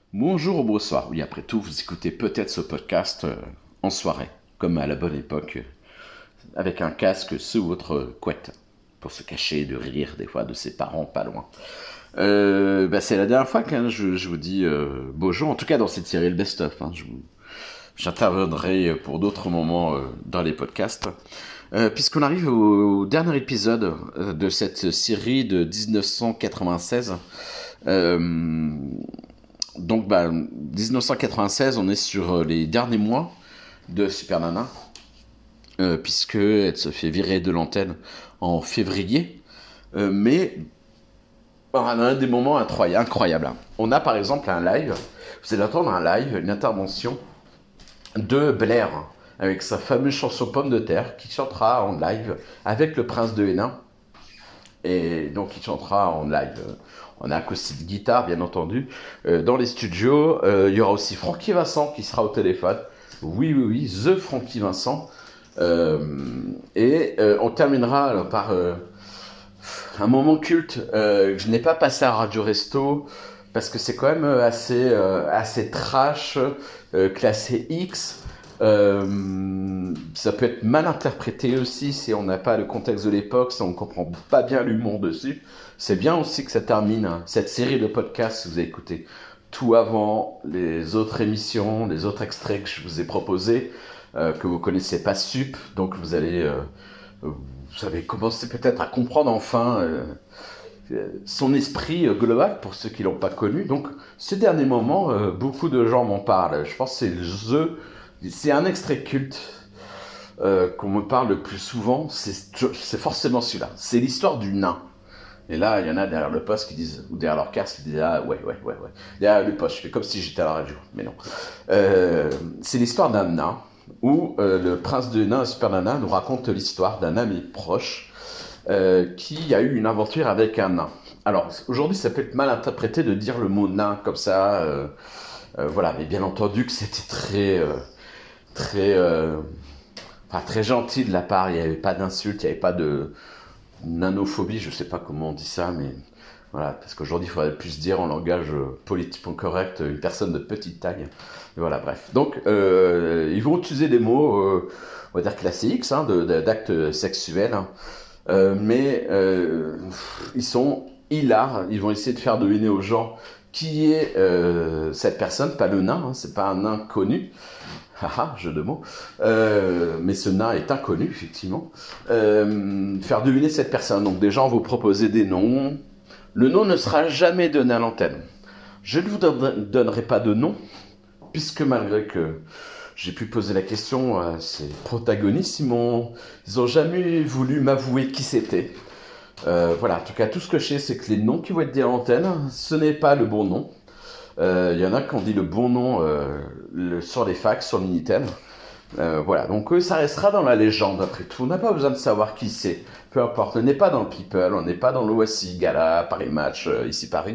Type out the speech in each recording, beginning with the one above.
Bonjour ou bonsoir. Oui, après tout, vous écoutez peut-être ce podcast en soirée, comme à la bonne époque, avec un casque sous votre couette, pour se cacher de rire des fois de ses parents pas loin. C'est la dernière fois que je vous dis bonjour, en tout cas dans cette série le best-of. J'interviendrai pour d'autres moments dans les podcasts. Puisqu'on arrive au dernier épisode de cette série de 1996. 1996, on est sur les derniers mois de Super Nana, puisque elle se fait virer de l'antenne en février. Mais on a des moments incroyables. On a par exemple un live, vous allez entendre un live, une intervention de Blair, avec sa fameuse chanson Pomme de Terre, qui chantera en live avec le Prince de Hénin. Et donc il chantera en live, en acoustique guitare bien entendu, dans les studios. Il y aura aussi Francky Vincent qui sera au téléphone. Oui, The Francky Vincent. On terminera par un moment culte que je n'ai pas passé à Radio Resto, parce que c'est quand même assez trash, classé X. Ça peut être mal interprété aussi si on n'a pas le contexte de l'époque, si on ne comprend pas bien l'humour dessus. C'est bien aussi que ça termine cette série de podcasts. Si vous avez écouté tout avant, les autres émissions, les autres extraits que je vous ai proposés, que vous connaissez pas sup, donc vous allez commencer peut-être à comprendre enfin son esprit global pour ceux qui l'ont pas connu. Donc ces derniers moments, beaucoup de gens m'en parlent. Je pense que c'est un extrait culte qu'on me parle le plus souvent, c'est forcément celui-là. C'est l'histoire du nain. Et là, il y en a derrière le poste qui disent, ou derrière leur casque, qui disent ah ouais. Derrière le poste, je fais comme si j'étais à la radio, mais non. C'est l'histoire d'un nain où le prince de Hénin, Super Nana, nous raconte l'histoire d'un ami proche qui a eu une aventure avec un nain. Alors aujourd'hui, ça peut être mal interprété de dire le mot nain comme ça. Mais bien entendu que c'était très gentil de la part. Il n'y avait pas d'insulte, il n'y avait pas de nanophobie, je sais pas comment on dit ça, mais voilà, parce qu'aujourd'hui il faudrait plus dire en langage politiquement correct une personne de petite taille. Et voilà, bref. Donc ils vont utiliser des mots, on va dire classiques, d'actes sexuels, mais ils sont hilars. Ils vont essayer de faire deviner aux gens qui est cette personne, pas le nain, c'est pas un nain connu. Haha, jeu de mots. Mais ce nain est inconnu, effectivement. Faire deviner cette personne. Donc des gens vont proposer des noms. Le nom ne sera jamais donné à l'antenne. Je ne vous donnerai pas de nom, puisque malgré que j'ai pu poser la question à ces protagonistes, ils n'ont jamais voulu m'avouer qui c'était. En tout cas, tout ce que je sais, c'est que les noms qui vont être dits à l'antenne, ce n'est pas le bon nom. Il y en a qui ont dit le bon nom sur les fax, sur le Minitel. Donc ça restera dans la légende après tout. On n'a pas besoin de savoir qui c'est. Peu importe, on n'est pas dans le People, on n'est pas dans l'OSI, Gala, Paris Match, ici Paris.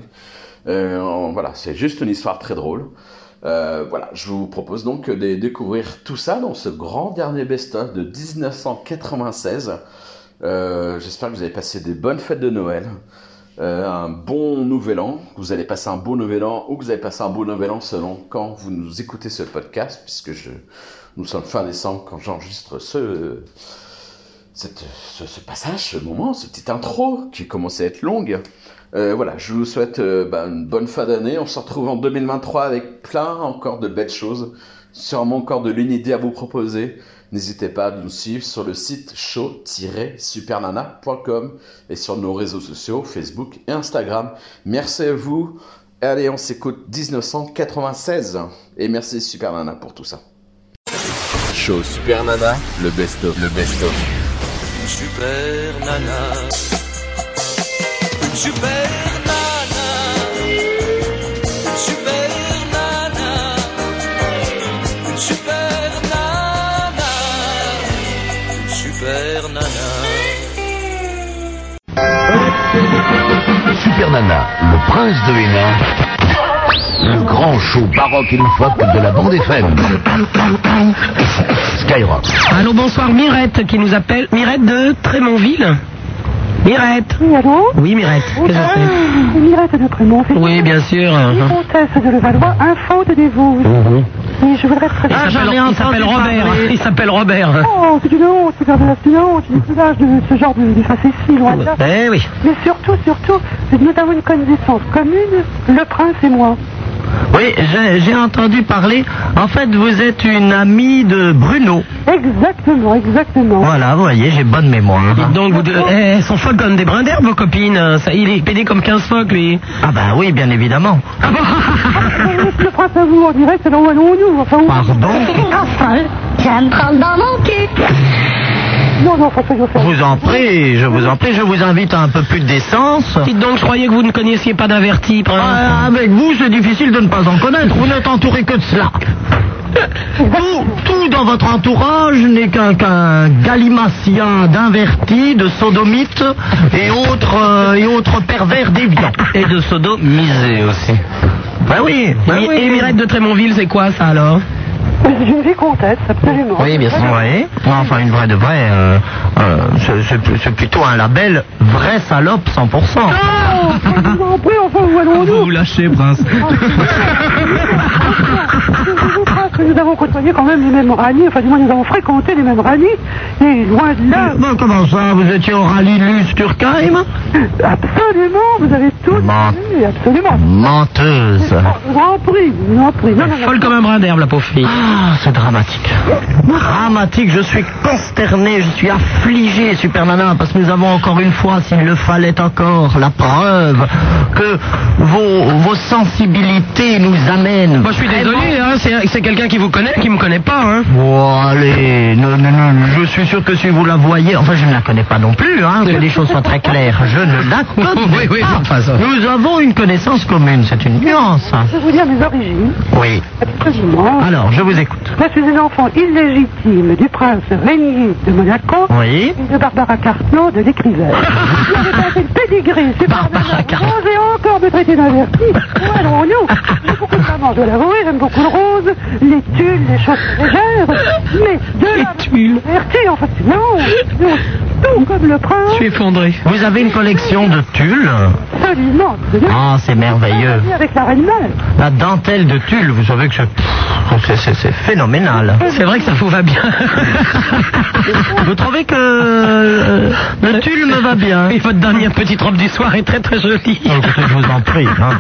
C'est juste une histoire très drôle. Je vous propose donc de découvrir tout ça dans ce grand dernier best-of de 1996. J'espère que vous avez passé des bonnes fêtes de Noël. Un bon nouvel an, que vous allez passer un beau nouvel an ou que vous allez passer un beau nouvel an selon quand vous nous écoutez ce podcast, puisque nous sommes fin décembre quand j'enregistre ce passage, ce moment, cette petite intro qui commence à être longue. Je vous souhaite une bonne fin d'année. On se retrouve en 2023 avec plein encore de belles choses, sûrement encore de l'unité à vous proposer. N'hésitez pas à nous suivre sur le site show-supernana.com et sur nos réseaux sociaux, Facebook et Instagram. Merci à vous. Allez, on s'écoute 1996. Et merci Super Nana pour tout ça. Show Super Nana, le best-of. Super Nana. Super Nana. Super Nana. Super Nana. Super Nana. Super Nana, le prince de Hénin, le grand show baroque et loufoque de la bande FM. Skyrock. Allô, bonsoir, Mirette qui nous appelle. Mirette de Trémonville. Mirette. Oui, allô? Oui, Mirette. Qu'est-ce que c'est? C'est Mirette de Prémont. Oui, bien sûr. Vicomtesse de Levallois, info de Desvaux. Oui, je voudrais très Il s'appelle Robert. Il s'appelle Robert. Oh, c'est une honte, c'est une honte. Je n'ai plus l'âge de ce genre de facétie, loin de là. Eh oui. Mais surtout, nous avons une connaissance commune, le prince et moi. Oui, j'ai entendu parler. En fait, vous êtes une amie de Bruno. Exactement. Voilà, vous voyez, j'ai bonne mémoire. Donc, elles sont folles comme des brins d'herbe, vos copines. Il est pédé comme 15 phoques, lui. Ah bah oui, bien évidemment. Le prince à vous, en direct, alors où allons-nous? Enfin, où... Pardon? Enfin, tu vas me prendre dans mon cul. Non, François Joffin. Je vous en prie, je vous invite à un peu plus de décence. Dites donc, je croyais que vous ne connaissiez pas d'averti, prince. Avec vous, c'est difficile de ne pas en connaître. Vous n'êtes entouré que de cela. Tout dans votre entourage n'est qu'un galimacien d'invertis, de sodomites et autres pervers déviants. Et de sodomisés aussi. Ben oui. Et Mirette de Trémonville, c'est quoi ça alors? C'est une vicomtesse, absolument. Oui, bien sûr. Oui. Enfin, une vraie de vraie. C'est plutôt un label vraie salope 100%. Enfin, où allons-nous? Vous lâchez, prince. Nous avons côtoyé quand même les mêmes rallyes, enfin du moins nous avons fréquenté les mêmes rallyes, et loin de là... Bon, comment ça? Vous étiez au rallye Luce-Turkheim? Absolument, vous avez tout dit, absolument. Menteuse. Je vous en prie. Non. Folle comme un brin d'herbe, la pauvre fille. Ah, c'est dramatique. Dramatique, je suis consterné, je suis affligé, Super Nana, parce que nous avons encore une fois, s'il le fallait encore, la preuve que vos sensibilités nous amènent... Moi, je suis désolé, hein, c'est quelqu'un qui vous connaît, qui me connaît pas, hein. Bon, allez, non, je suis sûr que si vous la voyez, enfin, je ne la connais pas non plus, hein, que les choses soient très claires, je ne la connais pas. Enfin, ça. Nous avons une connaissance commune, c'est une nuance. Je vais vous dire mes origines. Oui. Absolument. Alors, je vous écoute. Je suis une enfant illégitime du prince Régnier de Monaco Oui. et de Barbara Cartnot de l'Écrivaine. J'ai passé le pédigré, c'est Barbara Cartnot. J'ai encore me traiter d'inverti. Où allons-nous? J'aime beaucoup le maman, je dois l'avouer, j'aime beaucoup le rose, les tulles, les choses légères, mais de la tulles. Vertu, en fait, non, tout comme le prince. Je suis effondré. Vous avez une collection de tulles? Absolument. Ah, c'est merveilleux. Avec la reine mère. La dentelle de tulle, vous savez que c'est phénoménal. C'est vrai que ça vous va bien. Vous trouvez que le tulle me va bien? Et votre dernière petite robe du soir est très très jolie. Écoutez, je vous en prie. Hein.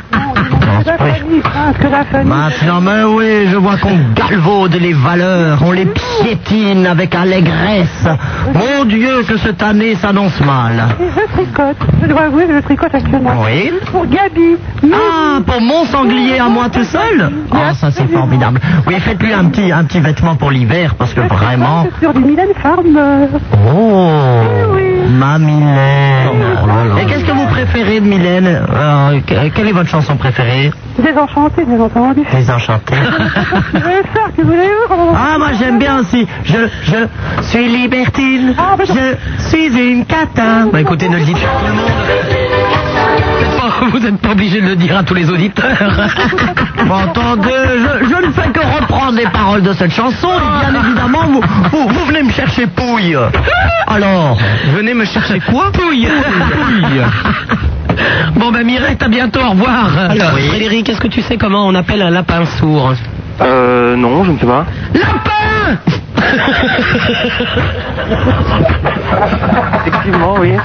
Que la famille. Maintenant, mais oui, je vois qu'on galvaude les valeurs, on les piétine avec allégresse. Mon Dieu, que cette année s'annonce mal. Et je tricote. Je dois avouer que je tricote actuellement. Oui. Pour Gabi. Ah, pour mon sanglier à moi tout seul? Ah, ça c'est formidable. Oui, faites-lui un petit vêtement pour l'hiver, parce que vraiment... C'est sur du Mylène Farmer. Oh, Oui. ma Mylène. Et qu'est-ce que vous préférez de Mylène? Quelle est votre chanson préférée? Désenchanté, bien entendu. Désenchanté. Que voulez-vous? Ah, moi j'aime bien aussi. Je suis libertine. Je suis une cata. Bah écoutez, ne le dites pas à tout le monde. Vous n'êtes pas obligé de le dire à tous les auditeurs. Bon, attendez, je ne fais que reprendre les paroles de cette chanson. Et bien évidemment, vous venez me chercher Pouille. Alors, venez me chercher quoi? Pouille. Bon, ben Mirette, à bientôt, au revoir. Alors, Frédéric, est-ce que tu sais comment on appelle un lapin sourd? Non, je ne sais pas. Lapin! Effectivement, oui.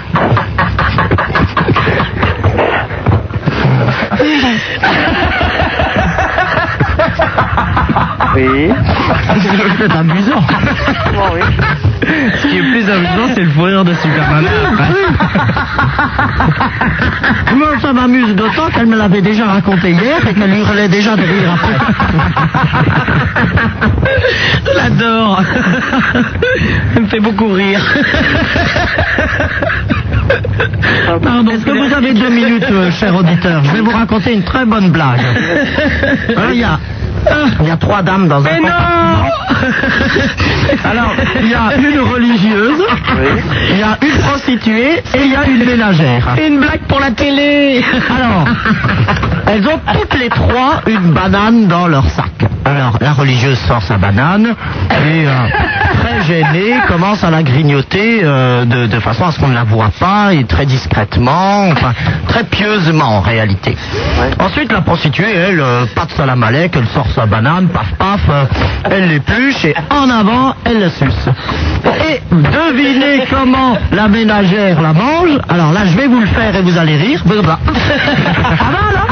Oui. C'est amusant. Oui. Ce qui est plus amusant, c'est le fou rire de Superman. Moi, ça m'amuse d'autant qu'elle me l'avait déjà raconté hier et qu'elle hurlait déjà de rire après. Je l'adore. Elle me fait beaucoup rire. Pardon, est-ce que vous avez 2 minutes, cher auditeur? Je vais vous raconter une très bonne blague. Alors, il y a 3 dames dans un compartiment. Alors, il y a une religieuse, il y a une prostituée et il y a une ménagère. Une blague pour la télé. Alors, elles ont toutes les 3 une banane dans leur sac. Alors, la religieuse sort sa banane et très gêné, commence à la grignoter de façon à ce qu'on ne la voit pas et très discrètement, enfin très pieusement en réalité. Ouais. Ensuite, la prostituée, elle, patte à la malek, elle sort sa banane, paf paf, elle l'épluche et en avant, elle la suce. Et devinez comment la ménagère la mange. Alors là, je vais vous le faire et vous allez rire. Ça va là?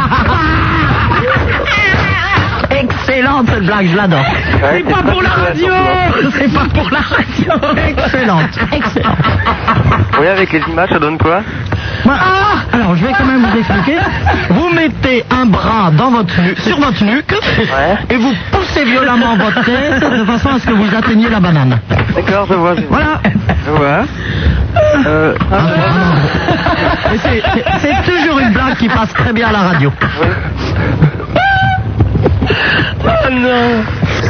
Excellente cette blague, je l'adore. Ouais, C'est pas pour la radio. C'est pas pour la radio. Excellente, excellente. Oui, avec les images, ça donne quoi? Alors, je vais quand même vous expliquer. Vous mettez un bras dans sur votre nuque et vous poussez violemment votre tête de façon à ce que vous atteigniez la banane. D'accord, je vois. Voilà. Je vois. Et c'est toujours une blague qui passe très bien à la radio. Oh non.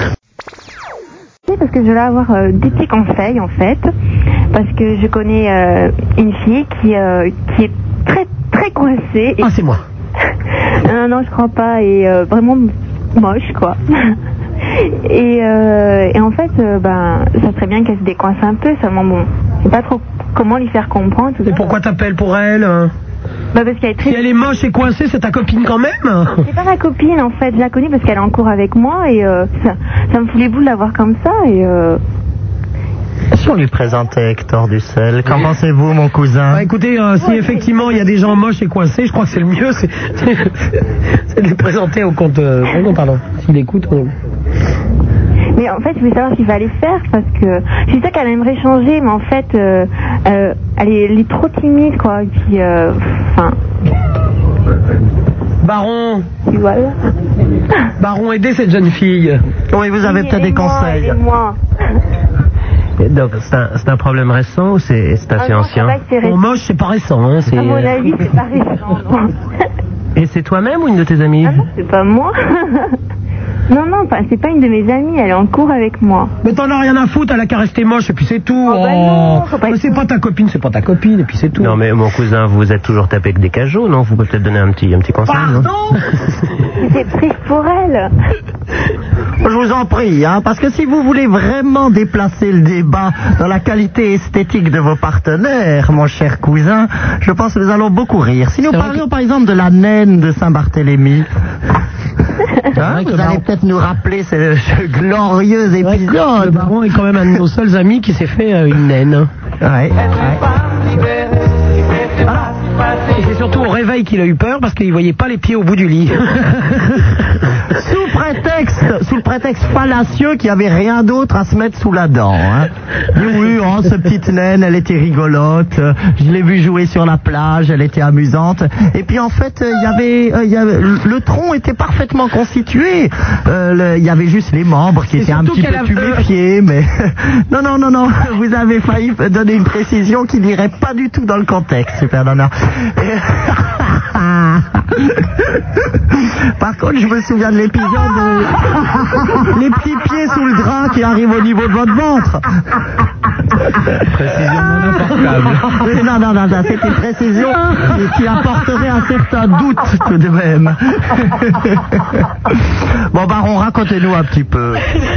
Parce que je vais avoir des petits conseils en fait, parce que je connais une fille qui est très très coincée. Et... Ah, c'est moi. non, je crois pas, et vraiment moche quoi. Et en fait, ça serait bien qu'elle se décoince un peu, seulement bon, je sais pas trop comment lui faire comprendre. Tout et ça. pourquoi t'appelles pour elle? Parce qu'elle est très... Si elle est moche et coincée, c'est ta copine quand même? C'est pas ma copine en fait, je la connais parce qu'elle est en cours avec moi et ça me fout les boules de la voir comme ça et... Si on lui présentait Hector Dussel, qu'en pensez-vous mon cousin? Bah écoutez, si effectivement il y a des gens moches et coincés, je crois que c'est le mieux, c'est de les présenter au compte... pardon, s'il écoute... Mais en fait, je voulais savoir ce qu'il fallait faire parce que je sais qu'elle aimerait changer, mais en fait, elle est trop timide, quoi. Et puis, Baron, voilà. Baron, aidez cette jeune fille. Oui, vous avez peut-être des conseils. Moi. Donc, c'est un problème récent ou c'est assez ancien? Bon, moche, c'est pas récent, hein. À mon avis, c'est pas récent, non. Et c'est toi-même ou une de tes amies? Ah non, c'est pas moi. Non, c'est pas une de mes amies, elle est en cours avec moi. Mais t'en as rien à foutre, elle a qu'à rester moche et puis c'est tout. Non, faut pas mais c'est pas ta copine, et puis c'est tout. Non mais mon cousin, vous vous êtes toujours tapé avec des cajots, non? Vous pouvez peut-être donner un petit conseil, non? Pardon. C'est triste pour elle. Je vous en prie, parce que si vous voulez vraiment déplacer le débat dans la qualité esthétique de vos partenaires, mon cher cousin, je pense que nous allons beaucoup rire. Si nous parlions par exemple de la naine de Saint-Barthélemy, vous allez peut-être nous rappeler ce glorieux épisode. Le baron est quand même un de nos seuls amis qui s'est fait une naine. Ouais. Et c'est surtout au réveil qu'il a eu peur parce qu'il voyait pas les pieds au bout du lit. Sous le prétexte fallacieux qu'il n'y avait rien d'autre à se mettre sous la dent. Oui, cette petite naine, elle était rigolote. Je l'ai vue jouer sur la plage, elle était amusante. Et puis en fait, le tronc était parfaitement constitué. Il y avait juste les membres qui étaient un petit peu tuméfiés, mais non. Vous avez failli donner une précision qui n'irait pas du tout dans le contexte, Super Nana. Par contre, je me souviens de l'épisode les petits pieds sous le drap qui arrivent au niveau de votre ventre. Précision non importante. Non, c'est une précision qui apporterait un certain doute tout de même. Bon, Baron, racontez-nous un petit peu.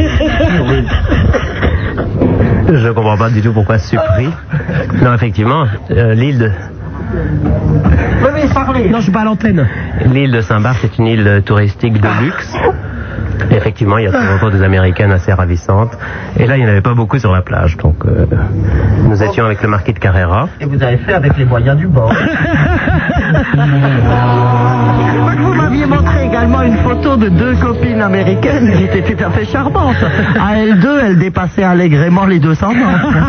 Je comprends pas du tout pourquoi surpris. Non, effectivement, l'île de... Oui, parlez. Non, je suis pas à l'antenne. L'île de Saint-Barth, c'est une île touristique de luxe. Et effectivement, il y a de temps en temps des Américaines assez ravissantes. Et là, il n'y en avait pas beaucoup sur la plage. Donc, nous étions avec le marquis de Carrera. Et vous avez fait avec les moyens du bord. Vous m'aviez montré également une photo de deux copines américaines qui étaient tout à fait charmantes. À elles deux, elles dépassaient allègrement les 200 ans.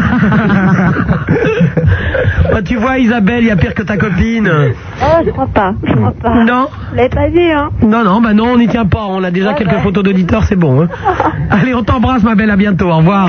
Bah, tu vois, Isabelle, il y a pire que ta copine. Oh, je crois pas. Non. Vous l'avez pas vu, hein? Non, on n'y tient pas. On a déjà quelques photos d'auditeurs, c'est bon. Allez, on t'embrasse, ma belle, à bientôt. Au revoir.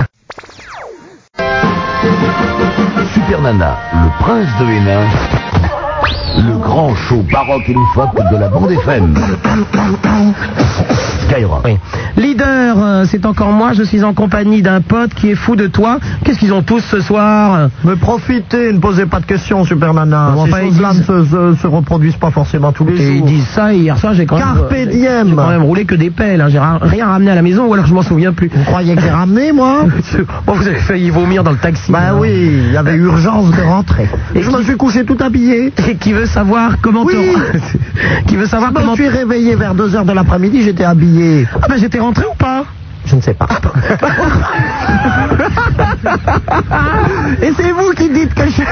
Super Nana, le prince de Hénin, le grand show baroque et loufoque de la bande FM. Skyrock. Oui. Leader c'est encore moi, je suis en compagnie d'un pote qui est fou de toi. Qu'est-ce qu'ils ont tous ce soir? Mais profitez, ne posez pas de questions, Super Nana. Bon, Ces enfin, ils choses-là disent- ne se reproduisent pas forcément tous les Et ils jours. disent ça, et hier soir, j'ai quand même... Carpe diem. J'ai quand même roulé que des pelles, hein. J'ai rien ramené à la maison, ou alors je m'en souviens plus. Vous croyez que j'ai ramené, moi? Bon, vous avez failli vomir dans le taxi. Bah hein. oui, il y avait urgence de rentrer. Et je me suis couché tout habillé. Et qui veut savoir comment Oui. Qui veut savoir Je me comment... suis réveillé vers 2h de l'après-midi, j'étais habillé. Ah ben j'étais rentré ou pas? Je ne sais pas. Et c'est vous qui dites que je...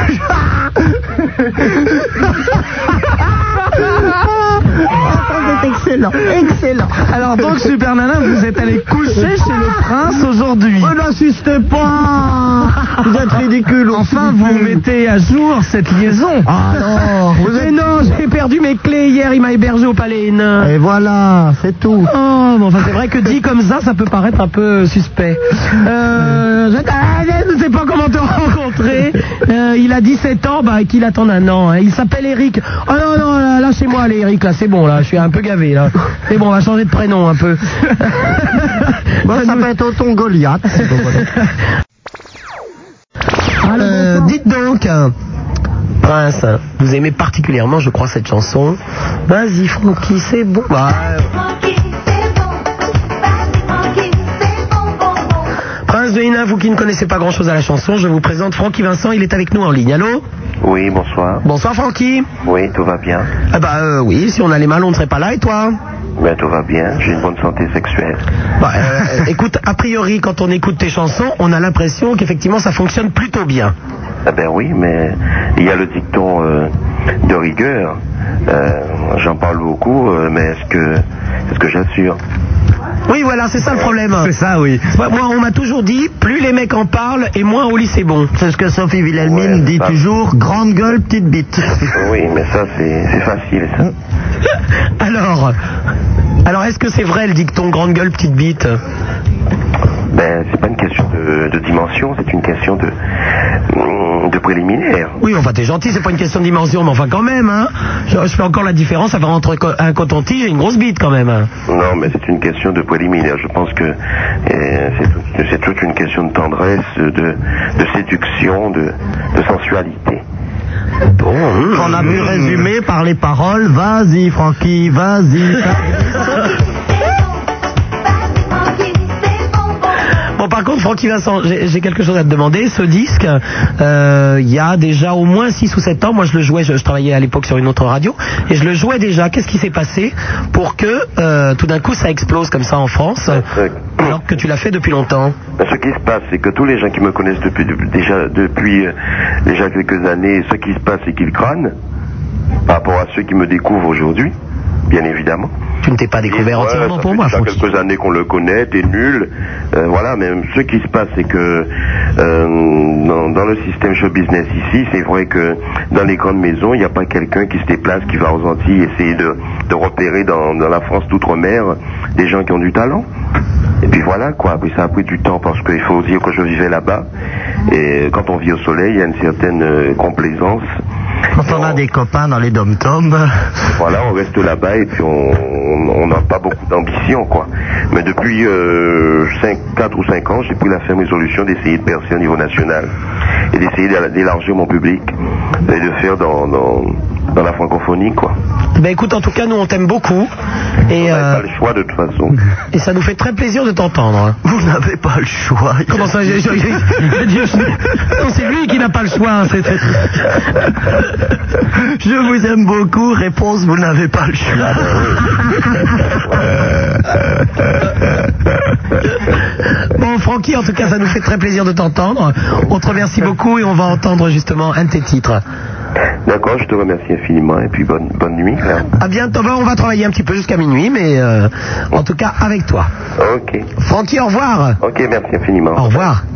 C'est excellent, excellent. Alors donc, Super Nana, vous êtes allé coucher chez le prince aujourd'hui. Oh, n'insistez pas. Vous êtes ridicule. Enfin, vous mettez à jour cette liaison. Alors, vous Mais êtes... non, j'ai perdu mes clés hier, il m'a hébergé au Palais Hénin. Et voilà, c'est tout. Oh, bon, enfin, c'est vrai que dit comme ça peut paraître un peu suspect. Je ne sais pas comment te rencontrer. Il a 17 ans, bah, qu'il attend un an. Hein. Il s'appelle Eric. Oh non, non, lâchez-moi, allez, Eric, là, c'est bon, là, je suis un peu gavé, là. C'est bon, on va changer de prénom un peu. Bon, ça peut être Othon Goliath. si vous voulez. Dites donc, Prince, vous aimez particulièrement, je crois, cette chanson. Vas-y, Francky, c'est bon. Bah, Prince de Hénin, vous qui ne connaissez pas grand-chose à la chanson, je vous présente Francky Vincent, il est avec nous en ligne. Allô? Oui, bonsoir. Bonsoir, Francky. Oui, tout va bien. Ah bah oui, si on allait mal, on ne serait pas là, et toi? Ben, tout va bien. J'ai une bonne santé sexuelle. Bah, écoute, a priori, quand on écoute tes chansons, on a l'impression qu'effectivement ça fonctionne plutôt bien. Ah ben oui, mais il y a le dicton de rigueur. J'en parle beaucoup, mais est-ce que j'assure? Oui, voilà, c'est ça le problème. C'est ça, oui. Moi, on m'a toujours dit, plus les mecs en parlent, et moins au lit c'est bon. C'est ce que Sophie Wilhelmine Ouais, dit ça. toujours, grande gueule, petite bite. Oui, mais ça, c'est facile, ça. Alors est-ce que c'est vrai le dicton grande gueule, petite bite? Ben, c'est pas une question de dimension, c'est une question de préliminaire. Oui, enfin t'es gentil, c'est pas une question de dimension, mais enfin quand même, hein. Je fais encore la différence entre un coton-tige et une grosse bite quand même. Hein. Non, mais c'est une question de préliminaire. Je pense que c'est toute une question de tendresse, de séduction, de sensualité. Bon, On a pu résumer par les paroles, vas-y Francky, vas-y. Bon, par contre, Francky Vincent, j'ai quelque chose à te demander. Ce disque, il y a déjà au moins 6 ou 7 ans, moi je le jouais, je travaillais à l'époque sur une autre radio, et je le jouais déjà. Qu'est-ce qui s'est passé pour que tout d'un coup ça explose comme ça en France, alors que tu l'as fait depuis longtemps? Ben, ce qui se passe, c'est que tous les gens qui me connaissent depuis déjà quelques années, ce qui se passe, c'est qu'ils crânent par rapport à ceux qui me découvrent aujourd'hui, bien évidemment. Tu ne t'es pas découvert entièrement pour moi, Ça fait Francky. quelques années qu'on le connaît, t'es nul. Voilà, mais ce qui se passe, c'est que dans le système show business ici, c'est vrai que dans les grandes maisons, il n'y a pas quelqu'un qui se déplace, qui va aux Antilles essayer de repérer dans la France d'outre-mer des gens qui ont du talent. Et puis voilà, quoi. Puis ça a pris du temps parce qu'il faut dire que je vivais là-bas. Et quand on vit au soleil, il y a une certaine complaisance. Quand on a des copains dans les dom-toms. Voilà, on reste là-bas et puis on n'a pas beaucoup d'ambition, quoi. Mais depuis 4 ou 5 ans, j'ai pris la ferme résolution d'essayer de percer au niveau national et d'essayer d'élargir mon public et de faire dans la francophonie, quoi. Ben écoute, en tout cas, nous on t'aime beaucoup. Et, on n'a pas le choix de toute façon. Et ça nous fait très plaisir de t'entendre. Vous n'avez pas le choix. Comment ça Non, c'est lui qui n'a pas le choix. Hein, Je vous aime beaucoup. Réponse, vous n'avez pas le choix. Bon, Francky, en tout cas, ça nous fait très plaisir de t'entendre. On te remercie beaucoup et on va entendre justement un de tes titres. D'accord, je te remercie infiniment et puis bonne nuit. Là. À bientôt. On va travailler un petit peu jusqu'à minuit, mais en tout cas avec toi. Ok. Francky, au revoir. Ok, merci infiniment. Au revoir.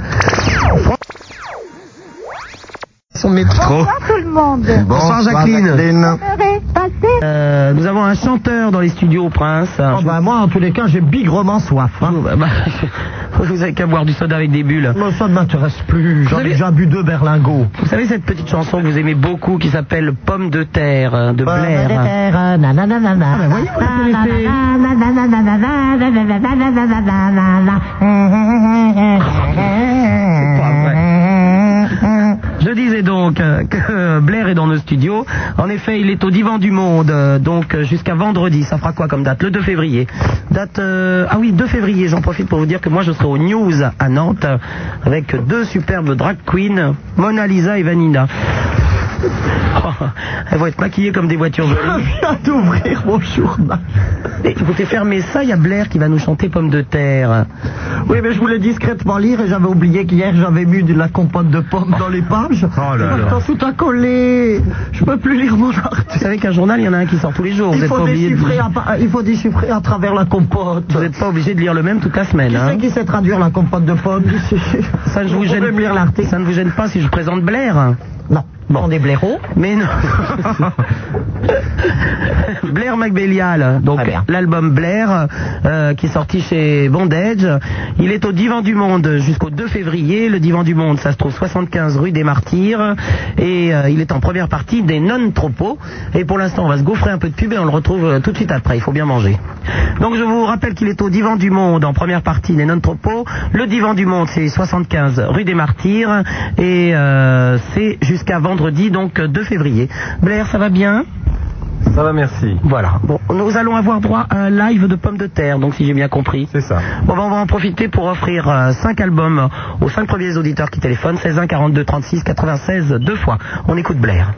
Son métro. Bonsoir tout le monde. Bonsoir Jacqueline. Passez. Nous avons un chanteur dans les studios, Prince. Oh, bah, moi, en tous les cas, j'ai bigrement soif. Hein. Vous avez qu'à boire du soda avec des bulles. Moi, ça ne m'intéresse plus. J'en ai déjà bu 2 berlingots. Vous savez cette petite chanson que vous aimez beaucoup qui s'appelle Pomme de terre de Blair. Ah, ben voyez, vous la connaissez. studio. En effet, il est au Divan du Monde, donc jusqu'à vendredi. Ça fera quoi comme date? Le 2 février. Date, 2 février, j'en profite pour vous dire que moi je serai au News à Nantes avec 2 superbes drag queens, Mona Lisa et Vanina. Oh, elles vont être maquillées comme des voitures jolies. Je viens d'ouvrir mon journal. Et écoutez, fermez ça, il y a Blair qui va nous chanter Pommes de terre. Oui, mais je voulais discrètement lire et j'avais oublié qu'hier j'avais mis de la compote de pommes dans les pages. Oh là là. Maintenant tout a collé. Je peux plus lire mon article. Vous savez qu'un journal, il y en a un qui sort tous les jours. Il faut déchiffrer à travers la compote. Vous n'êtes pas obligé de lire le même toute la semaine. Qui sait traduire la compote de pommes? Ça ne vous gêne, lire l'article. Ça ne vous gêne pas si je présente Blair? Non. Bon, des blaireaux. Mais non. Blair McBelial, donc l'album Blair, qui est sorti chez Bondage. Il est au Divan du Monde jusqu'au 2 février. Le Divan du Monde, ça se trouve 75 rue des Martyrs. Et il est en première partie des non-tropos. Et pour l'instant, on va se gaufrer un peu de pub et on le retrouve tout de suite après. Il faut bien manger. Donc je vous rappelle qu'il est au Divan du Monde en première partie des non-tropos. Le Divan du Monde, c'est 75 rue des Martyrs. Et c'est jusqu'à vendredi, donc 2 février. Blair, ça va bien? Ça va, merci. Voilà. Bon, nous allons avoir droit à un live de Pommes de terre, donc si j'ai bien compris. C'est ça. Bon, ben, on va en profiter pour offrir 5 albums aux 5 premiers auditeurs qui téléphonent. 16 1 42 36 96 2 fois. On écoute Blair.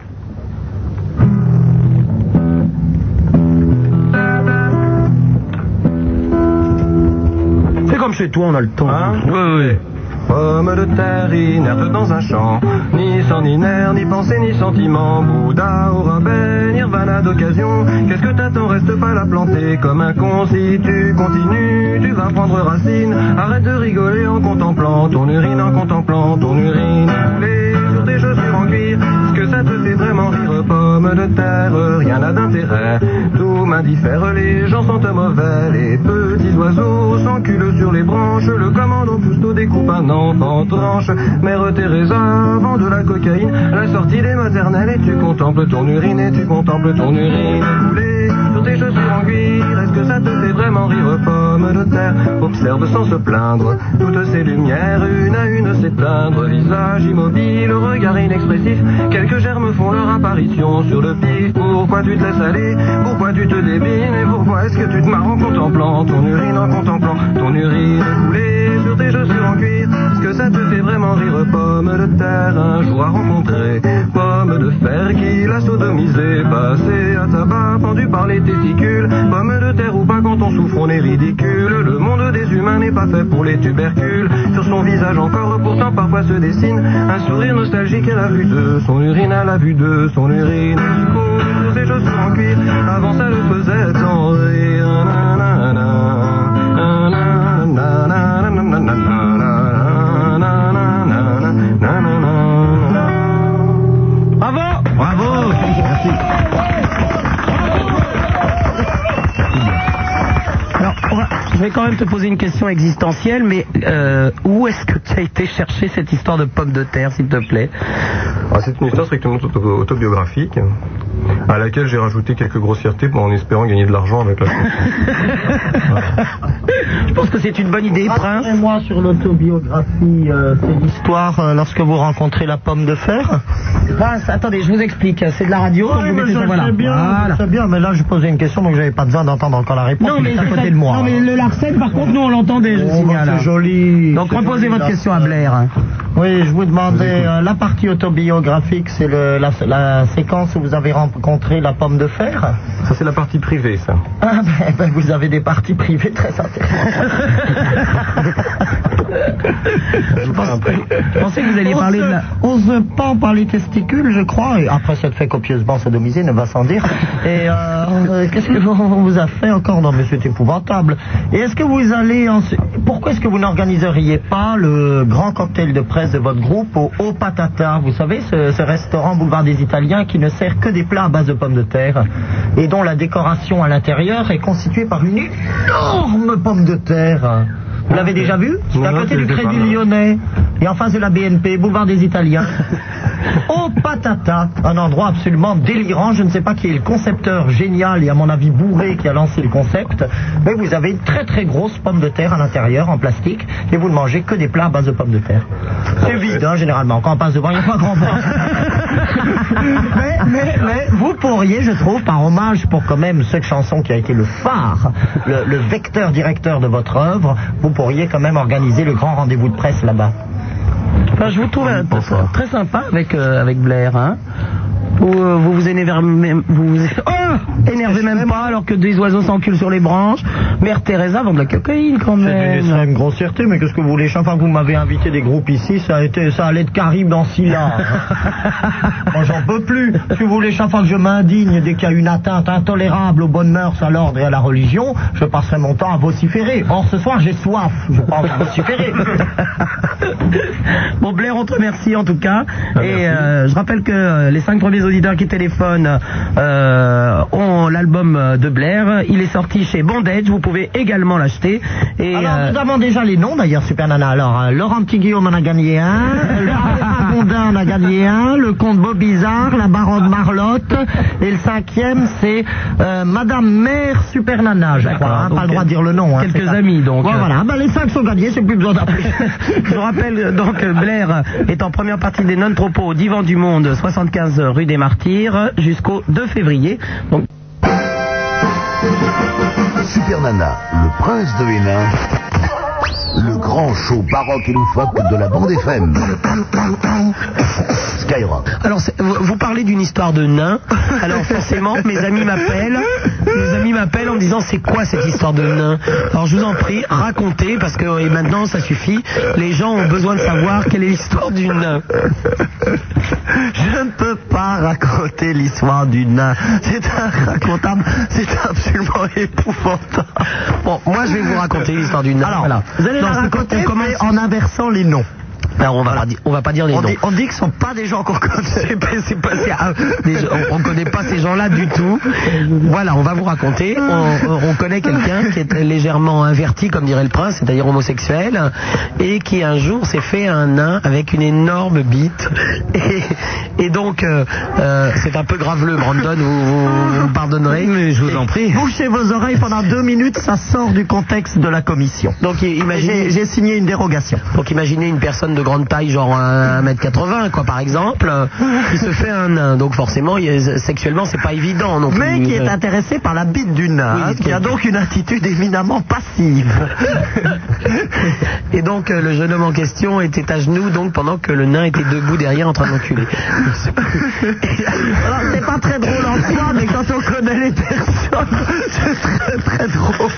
C'est comme chez toi, on a le temps. Hein? Oui. Pommes de terre inertes dans un champ, ni sang ni nerfs, ni pensée ni sentiment. Bouddha au rabais, nirvana d'occasion. Qu'est-ce que t'attends, reste pas la planter comme un con. Si tu continues, tu vas prendre racine. Arrête de rigoler en contemplant ton urine, en contemplant ton urine. Couler sur tes chaussures en cuir, est-ce que ça te fait vraiment rire? Pommes de terre, rien n'a d'intérêt. Tout m'indiffère, les gens sont mauvais. Les petits oiseaux s'enculent sur les branches. Le commandant Cousteau découpe un enfant tranche. Mère Teresa vend de la cocaïne à la sortie des maternelles. Et tu contemples ton urine, et tu contemples ton urine couler sur tes chaussures en cuir. Est-ce que ça te fait vraiment rire? Pommes de terre, observe sans se plaindre toutes ces lumières une à une s'éteindre. Visage immobile, regard inexpressif, quelques germes font leur apparition sur le pif. Pourquoi tu te laisses aller? Pourquoi tu te débines? Et pourquoi est-ce que tu te marres en contemplant ton urine, en contemplant ton urine couler sur tes chaussures en cuir? Est-ce que ça te fait vraiment rire? Pomme de terre, un jour à rencontrer pomme de fer qui l'a sodomisé, passé à tabac, pendu par les testicules. Pomme de terre ou pas, quand on souffre on est ridicule. Le monde des humains n'est pas fait pour les tubercules. Sur son visage encore pourtant parfois se dessine un sourire nostalgique à la vue de son urine, à la vue de son urine. Il court sur ses chaussures en cuir, avant ça le faisait tant rire. Bravo. Merci. Alors, je vais quand même te poser une question existentielle, mais où est-ce que tu as été chercher cette histoire de pommes de terre, s'il te plaît? C'est une histoire strictement autobiographique, à laquelle j'ai rajouté quelques grossièretés en espérant gagner de l'argent avec la chanson. Je pense que c'est une bonne idée, Prince. Moi sur l'autobiographie, c'est l'histoire lorsque vous rencontrez la pomme de fer. Prince, attendez, je vous explique, c'est de la radio. Oui, mais je sais bien, c'est bien, mais là je posais une question, donc j'avais pas besoin d'entendre encore la réponse. Non, mais à côté de moi. Non, mais le Larsen, par contre, nous on l'entendait, je signale. C'est joli. Donc reposez votre question à Blair. Oui, je vous demandais, la partie autobiographique, c'est la séquence où vous avez rencontré la pomme de fer. Ça c'est la partie privée, ça. Ah ben vous avez des parties privées très intéressantes. Je pensais que vous alliez parler de la... On se pend par les testicules, je crois, et après s'être fait copieusement sodomiser, ne va sans dire. Et qu'est-ce que on vous a fait encore? Non mais c'est épouvantable. Et est-ce que vous allez... Pourquoi est-ce que vous n'organiseriez pas le grand cocktail de presse de votre groupe au Haut Patata? Vous savez, ce restaurant boulevard des Italiens qui ne sert que des plats à base de pommes de terre et dont la décoration à l'intérieur est constituée par une énorme pomme de terre. Vous l'avez déjà vu? C'est à côté du Crédit Lyonnais et en face de la BNP, boulevard des Italiens. Au Patata, un endroit absolument délirant. Je ne sais pas qui est le concepteur génial et à mon avis bourré qui a lancé le concept, mais vous avez une très très grosse pomme de terre à l'intérieur en plastique et vous ne mangez que des plats à base de pommes de terre. C'est vide, hein, généralement. Quand on passe devant, il n'y a pas grand monde. mais vous pourriez, je trouve, par hommage pour quand même cette chanson qui a été le phare, le vecteur directeur de votre œuvre, vous pourriez quand même organiser le grand rendez-vous de presse là-bas. Enfin, je vous trouve très sympa avec Blair, hein. Vous vous énervez même pas alors que des oiseaux s'enculent sur les branches. Mère Teresa vend de la cocaïne quand même. C'est une extrême grossièreté, mais qu'est-ce que vous voulez? Chaque fois que vous m'avez invité des groupes ici, ça allait de Caraïbes dans Scylla. Moi j'en peux plus. Si vous voulez, chaque fois que je m'indigne dès qu'il y a une atteinte intolérable aux bonnes mœurs, à l'ordre et à la religion, je passerai mon temps à vociférer. Or ce soir j'ai soif, je pense à vociférer. Bon Blair, on te remercie en tout cas. Et je rappelle que les 5 premiers auditeurs qui téléphonent ont l'album de Blair. Il est sorti chez Bondage, vous pouvez également l'acheter. Et alors nous avons déjà les noms d'ailleurs, Super Nana. Alors Laurent Petit-Guillaume en a gagné un, Laurent Gondin en a gagné un, le comte Beau Bizarre, la baronne Marlotte, et le 5e c'est Madame Mère Super Nana, je crois, pas le droit de dire le nom. Quelques amis donc. Voilà, les 5 sont gagnés, c'est plus besoin d'appeler. Je vous rappelle donc que Blair est en première partie des non-tropos au Divan du Monde, 75 rue des Martyrs, jusqu'au 2 février. Donc... Super Nana, le prince de Hénin, le grand show baroque et loufoque de la bande FM. Skyrock. Alors, vous parlez d'une histoire de nain. Alors, forcément, mes amis m'appellent en me disant c'est quoi cette histoire de nain? Alors, je vous en prie, racontez, parce que et maintenant, ça suffit. Les gens ont besoin de savoir quelle est l'histoire du nain. Je ne peux pas raconter l'histoire du nain. C'est inracontable, c'est absolument épouvantable. Bon, moi, je vais vous raconter l'histoire du nain. Alors, voilà. Vous allez la raconter mais en inversant les noms. Alors on va pas dire les noms. On dit que ce sont pas des gens qu'on connaît. On connaît pas ces gens-là du tout. Voilà, on va vous raconter. On connaît quelqu'un qui est légèrement inverti, comme dirait le prince, c'est-à-dire homosexuel, et qui un jour s'est fait un nain avec une énorme bite. Et donc, c'est un peu graveleux, Brandon, vous me pardonnerez. Mais je vous en prie. Bouchez vos oreilles pendant 2 minutes, ça sort du contexte de la commission. Donc imaginez, j'ai signé une dérogation. Donc imaginez une personne de grande taille, genre 1m80, quoi, par exemple, qui se fait un nain. Donc forcément, sexuellement, c'est pas évident. Donc, mais qui est intéressé par la bite du nain, qui a donc une attitude éminemment passive. Et donc, le jeune homme en question était à genoux, donc pendant que le nain était debout derrière en train d'enculer. Alors, c'est pas très drôle en soi, mais quand on connaît les personnes, c'est très très drôle.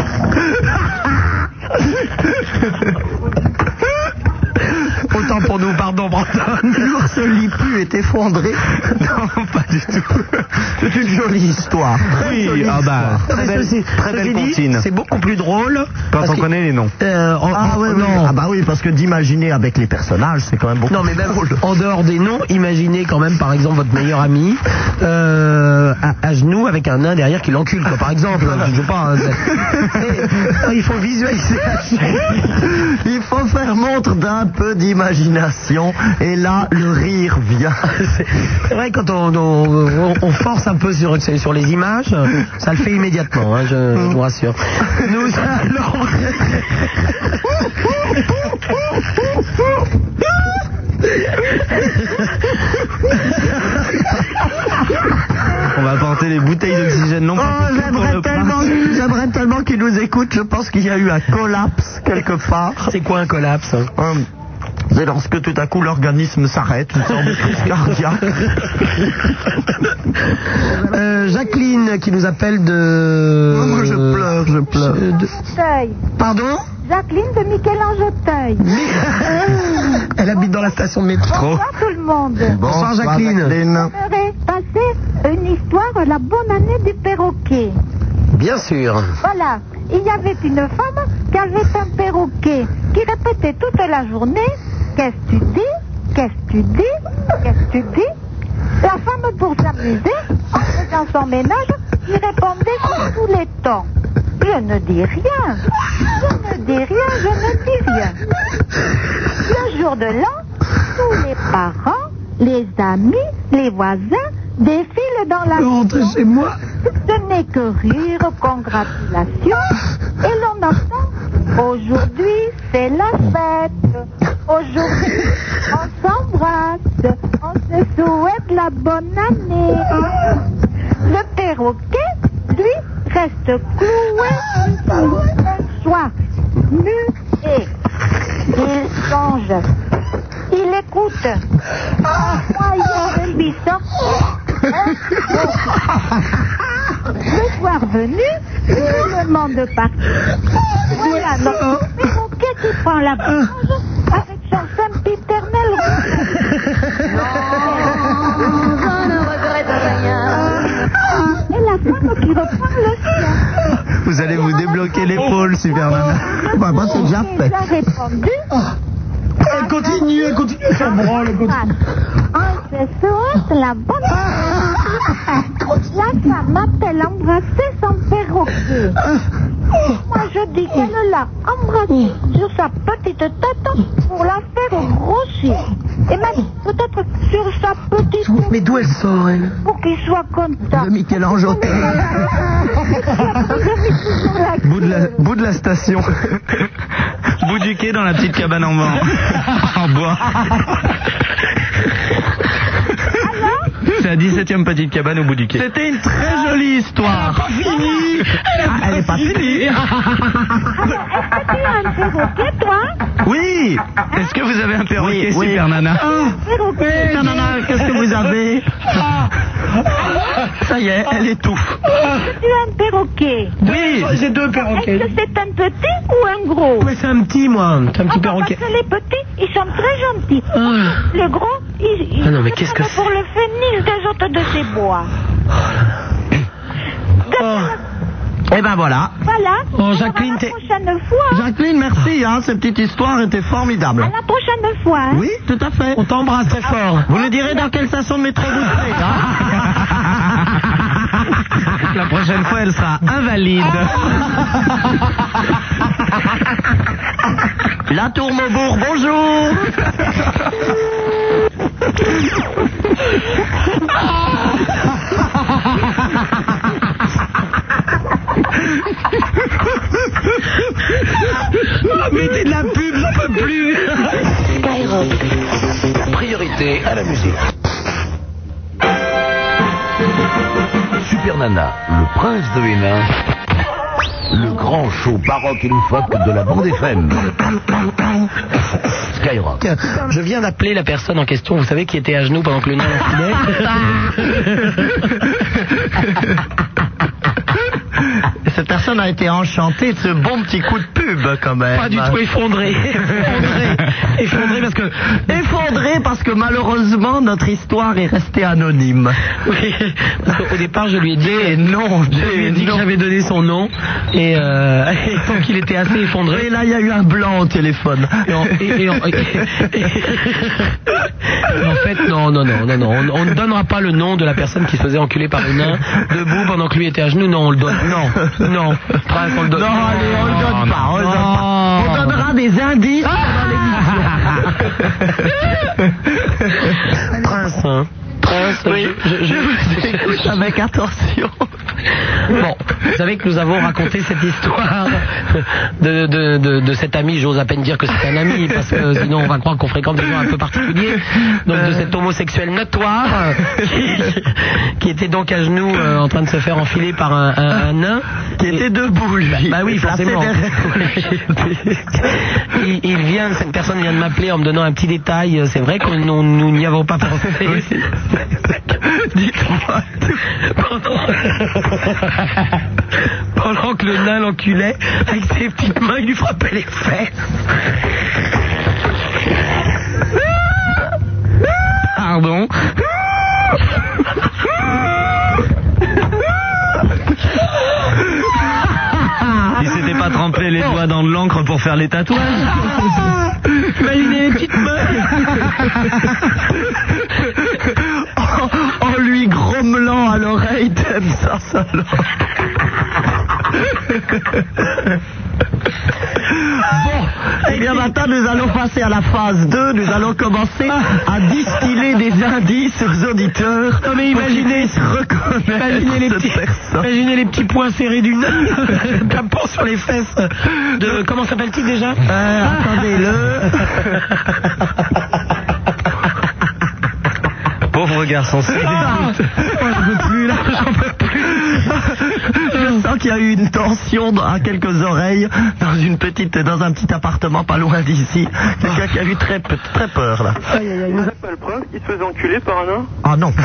Autant pour nous, pardon, Brandon. L'ours Lipu est effondré. Non, pas du tout. C'est une jolie histoire. Oui, très belle comptine. C'est beaucoup plus drôle quand on connaît les noms. Oui, parce que d'imaginer avec les personnages, c'est quand même beaucoup plus drôle. En dehors des noms, imaginez quand même, par exemple, votre meilleur ami à genoux avec un nain derrière qui l'encule, quoi, par exemple. Je sais pas. Il faut visualiser. Il faut faire montre d'un peu d'imagination, et là le rire vient. C'est vrai, quand on force un peu sur les images, ça le fait immédiatement, hein, je vous rassure. Nous allons... On va apporter les bouteilles d'oxygène non j'aimerais tellement qu'ils nous écoutent. Je pense qu'il y a eu un collapse quelque part. C'est quoi un collapse? C'est lorsque tout à coup l'organisme s'arrête, une sorte de crise cardiaque. Jacqueline qui nous appelle de... Oh, moi je pleure. Pardon? Jacqueline de Michel-Ange-Auteuil. Elle habite dans la station de métro. Bonsoir tout le monde. Bonsoir Jacqueline. J'aimerais passer une histoire, la bonne année du perroquet. Bien sûr. Voilà, il y avait une femme qui avait un perroquet qui répétait toute la journée « Qu'est-ce que tu dis? Qu'est-ce que tu dis? Qu'est-ce que tu dis ?» La femme, pour s'amuser, en faisant son ménage, lui répondait sur tous les temps. Je ne dis rien, je ne dis rien, je ne dis rien. Le jour de l'an, tous les parents les amis, les voisins défilent dans la maison. Chez moi. Ce n'est que rire, congratulations, et l'on entend « Aujourd'hui, c'est la fête. Aujourd'hui, on s'embrasse. On se souhaite la bonne année. » Le perroquet, lui, reste cloué un soir, nu et il songe. Il écoute un moyen de lui sortir. Le soir venu, tout le monde partit. Voilà notre perroquet qui prend la plage avec son sempiternel et la femme qui reprend le sien. Vous allez vous débloquer l'épaule, Super Nana. Bah, moi, c'est déjà fait. Il a répondu. Elle continue, ça branle. On se souhaite la bonne La femme a-t-elle embrassé son perroquet? Moi je dis qu'elle l'a embrassé sur sa petite tête pour la faire grossir. Et même peut-être sur sa petite tête. Mais d'où elle sort, elle? Pour qu'il soit content. De Michel-Ange. Bout de la station. Bout du quai dans la petite cabane en bois. En bois. C'est la 17e petite cabane au bout du quai. C'était une très jolie histoire. Elle est pas finie. Est-ce que tu as un perroquet, toi? Oui. Est-ce que vous avez un perroquet, Super Nana? Perroquet. Super Nana, qu'est-ce que vous avez? Ça y est, elle étouffe. Est-ce que tu as un perroquet? Oui, j'ai deux perroquets. Est-ce que c'est un petit ou un gros? Oui, c'est un petit, moi. C'est un petit perroquet. Parce que les petits, ils sont très gentils. Le gros, il non, mais qu'est-ce que c'est? pour le phénix des autres de ces bois. Eh ben voilà. Voilà. Oh, Jacqueline, à la prochaine fois. Jacqueline, merci, hein, cette petite histoire était formidable. À la prochaine fois. Hein. Oui, tout à fait. On t'embrasse très fort. Vous nous direz dans quelle station de métro vous êtes, hein. La prochaine fois, elle sera invalide. La Tour Maubourg, bonjour. Mettez de la pub, j'en peux plus. Priorité à la musique. Super Nana, le prince de Hénin, le grand show baroque et loufoque de la bande FM. Skyrock. Je viens d'appeler la personne en question, vous savez, qui était à genoux pendant que le nain enfilait. Cette personne a été enchantée de ce bon petit coup de pub, quand même. Pas du tout effondré. Effondré parce que malheureusement notre histoire est restée anonyme. Oui, parce qu'au départ je lui ai dit non, je lui ai dit que j'avais donné son nom et tant qu'il était assez effondré. Et là il y a eu un blanc au téléphone. En fait non, on ne donnera pas le nom de la personne qui se faisait enculer par le nain debout pendant que lui était à genoux. Non, on le donne. Non, Prince, on le donne. Non, allez, on le donne pas. On donnera des indices pendant l'émission. Prince, hein. Prince, oui, je vous écoute avec attention. Bon, vous savez que nous avons raconté cette histoire de cet ami, j'ose à peine dire que c'est un ami, parce que sinon on va croire qu'on fréquente des gens un peu particuliers, donc de cet homosexuel notoire, qui était donc à genoux en train de se faire enfiler par un nain. Qui était debout, lui. Bah oui, forcément. Cette personne vient de m'appeler en me donnant un petit détail, c'est vrai que nous n'y avons pas pensé. Dites-moi. Pendant que le nain l'enculait, avec ses petites mains, il lui frappait les fesses. Pardon. Il s'était pas trempé les doigts dans de l'encre pour faire les tatouages. Imaginez les petites mains. En lui grommelant à l'oreille, t'aimes ça, salope. Bon, Eh bien maintenant nous allons passer à la phase 2, nous allons commencer à distiller des indices aux auditeurs. Non mais imaginez, imaginez les petits points serrés du nain, tapant sur les fesses de... Comment s'appelle-t-il déjà Attendez-le. Pauvre garçon, c'est j'en peux plus là, j'en peux plus. Je sens qu'il y a eu une tension à quelques oreilles dans un petit appartement pas loin d'ici. Quelqu'un qui a eu très peur là. Vous n'avez pas le prince qui se faisait enculer par un nain? Ah non.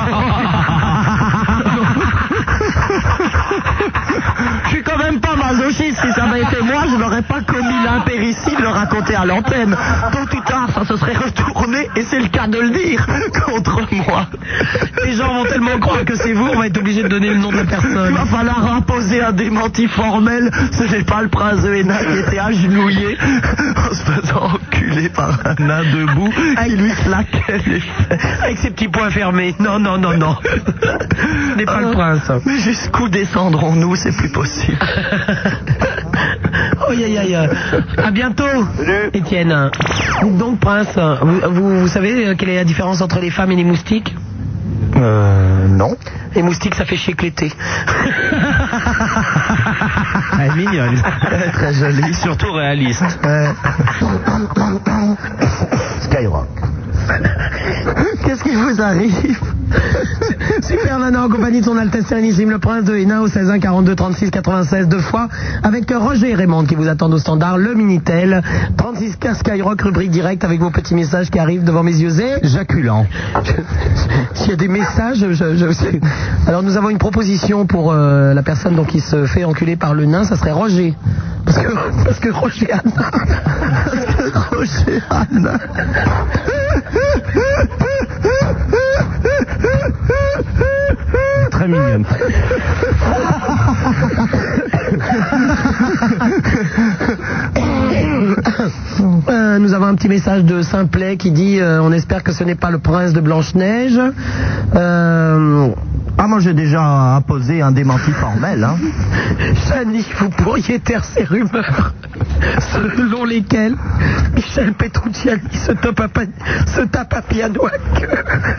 Je suis quand même pas masochiste. Si ça avait été moi, je n'aurais pas commis l'impéricile de le raconter à l'antenne. Tôt ou tard, ça se serait retourné, et c'est le cas de le dire, contre moi. Les gens vont tellement croire que c'est vous, on va être obligé de donner le nom de la personne. Il va falloir imposer un démenti formel. Ce n'est pas le prince de Hénin qui était agenouillé en se faisant enculer par un nain debout qui lui claquait les fesses. Avec ses petits poings fermés. Non. Ce n'est pas le prince. Mais jusqu'où descendrons-nous? C'est plus possible. Oh, à bientôt, Étienne. Dites donc, prince, vous savez quelle est la différence entre les femmes et les moustiques? Non. Les moustiques, ça fait chier que l'été. Elle est mignonne. Très jolie. Surtout réaliste. Skyrock. Qu'est-ce qui vous arrive? Super Nana en compagnie de son Altesse Sérénissime le Prince de Hénin au 16 1 42 36 96 deux fois avec Roger et Raymond qui vous attendent au standard, le Minitel 36K Skyrock, rubrique directe avec vos petits messages qui arrivent devant mes yeux et jaculant. S'il y a des messages, alors nous avons une proposition pour la personne donc qui se fait enculer par le nain, ça serait Roger. Parce que Roger Anna. Roger Anna. Très mignonne. Nous avons un petit message de Simplet qui dit on espère que ce n'est pas le prince de Blanche-Neige. Moi j'ai déjà apposé un démenti formel. Hein. Chani, vous pourriez taire ces rumeurs selon lesquelles Michel Petrucciani se tape à piano à queue.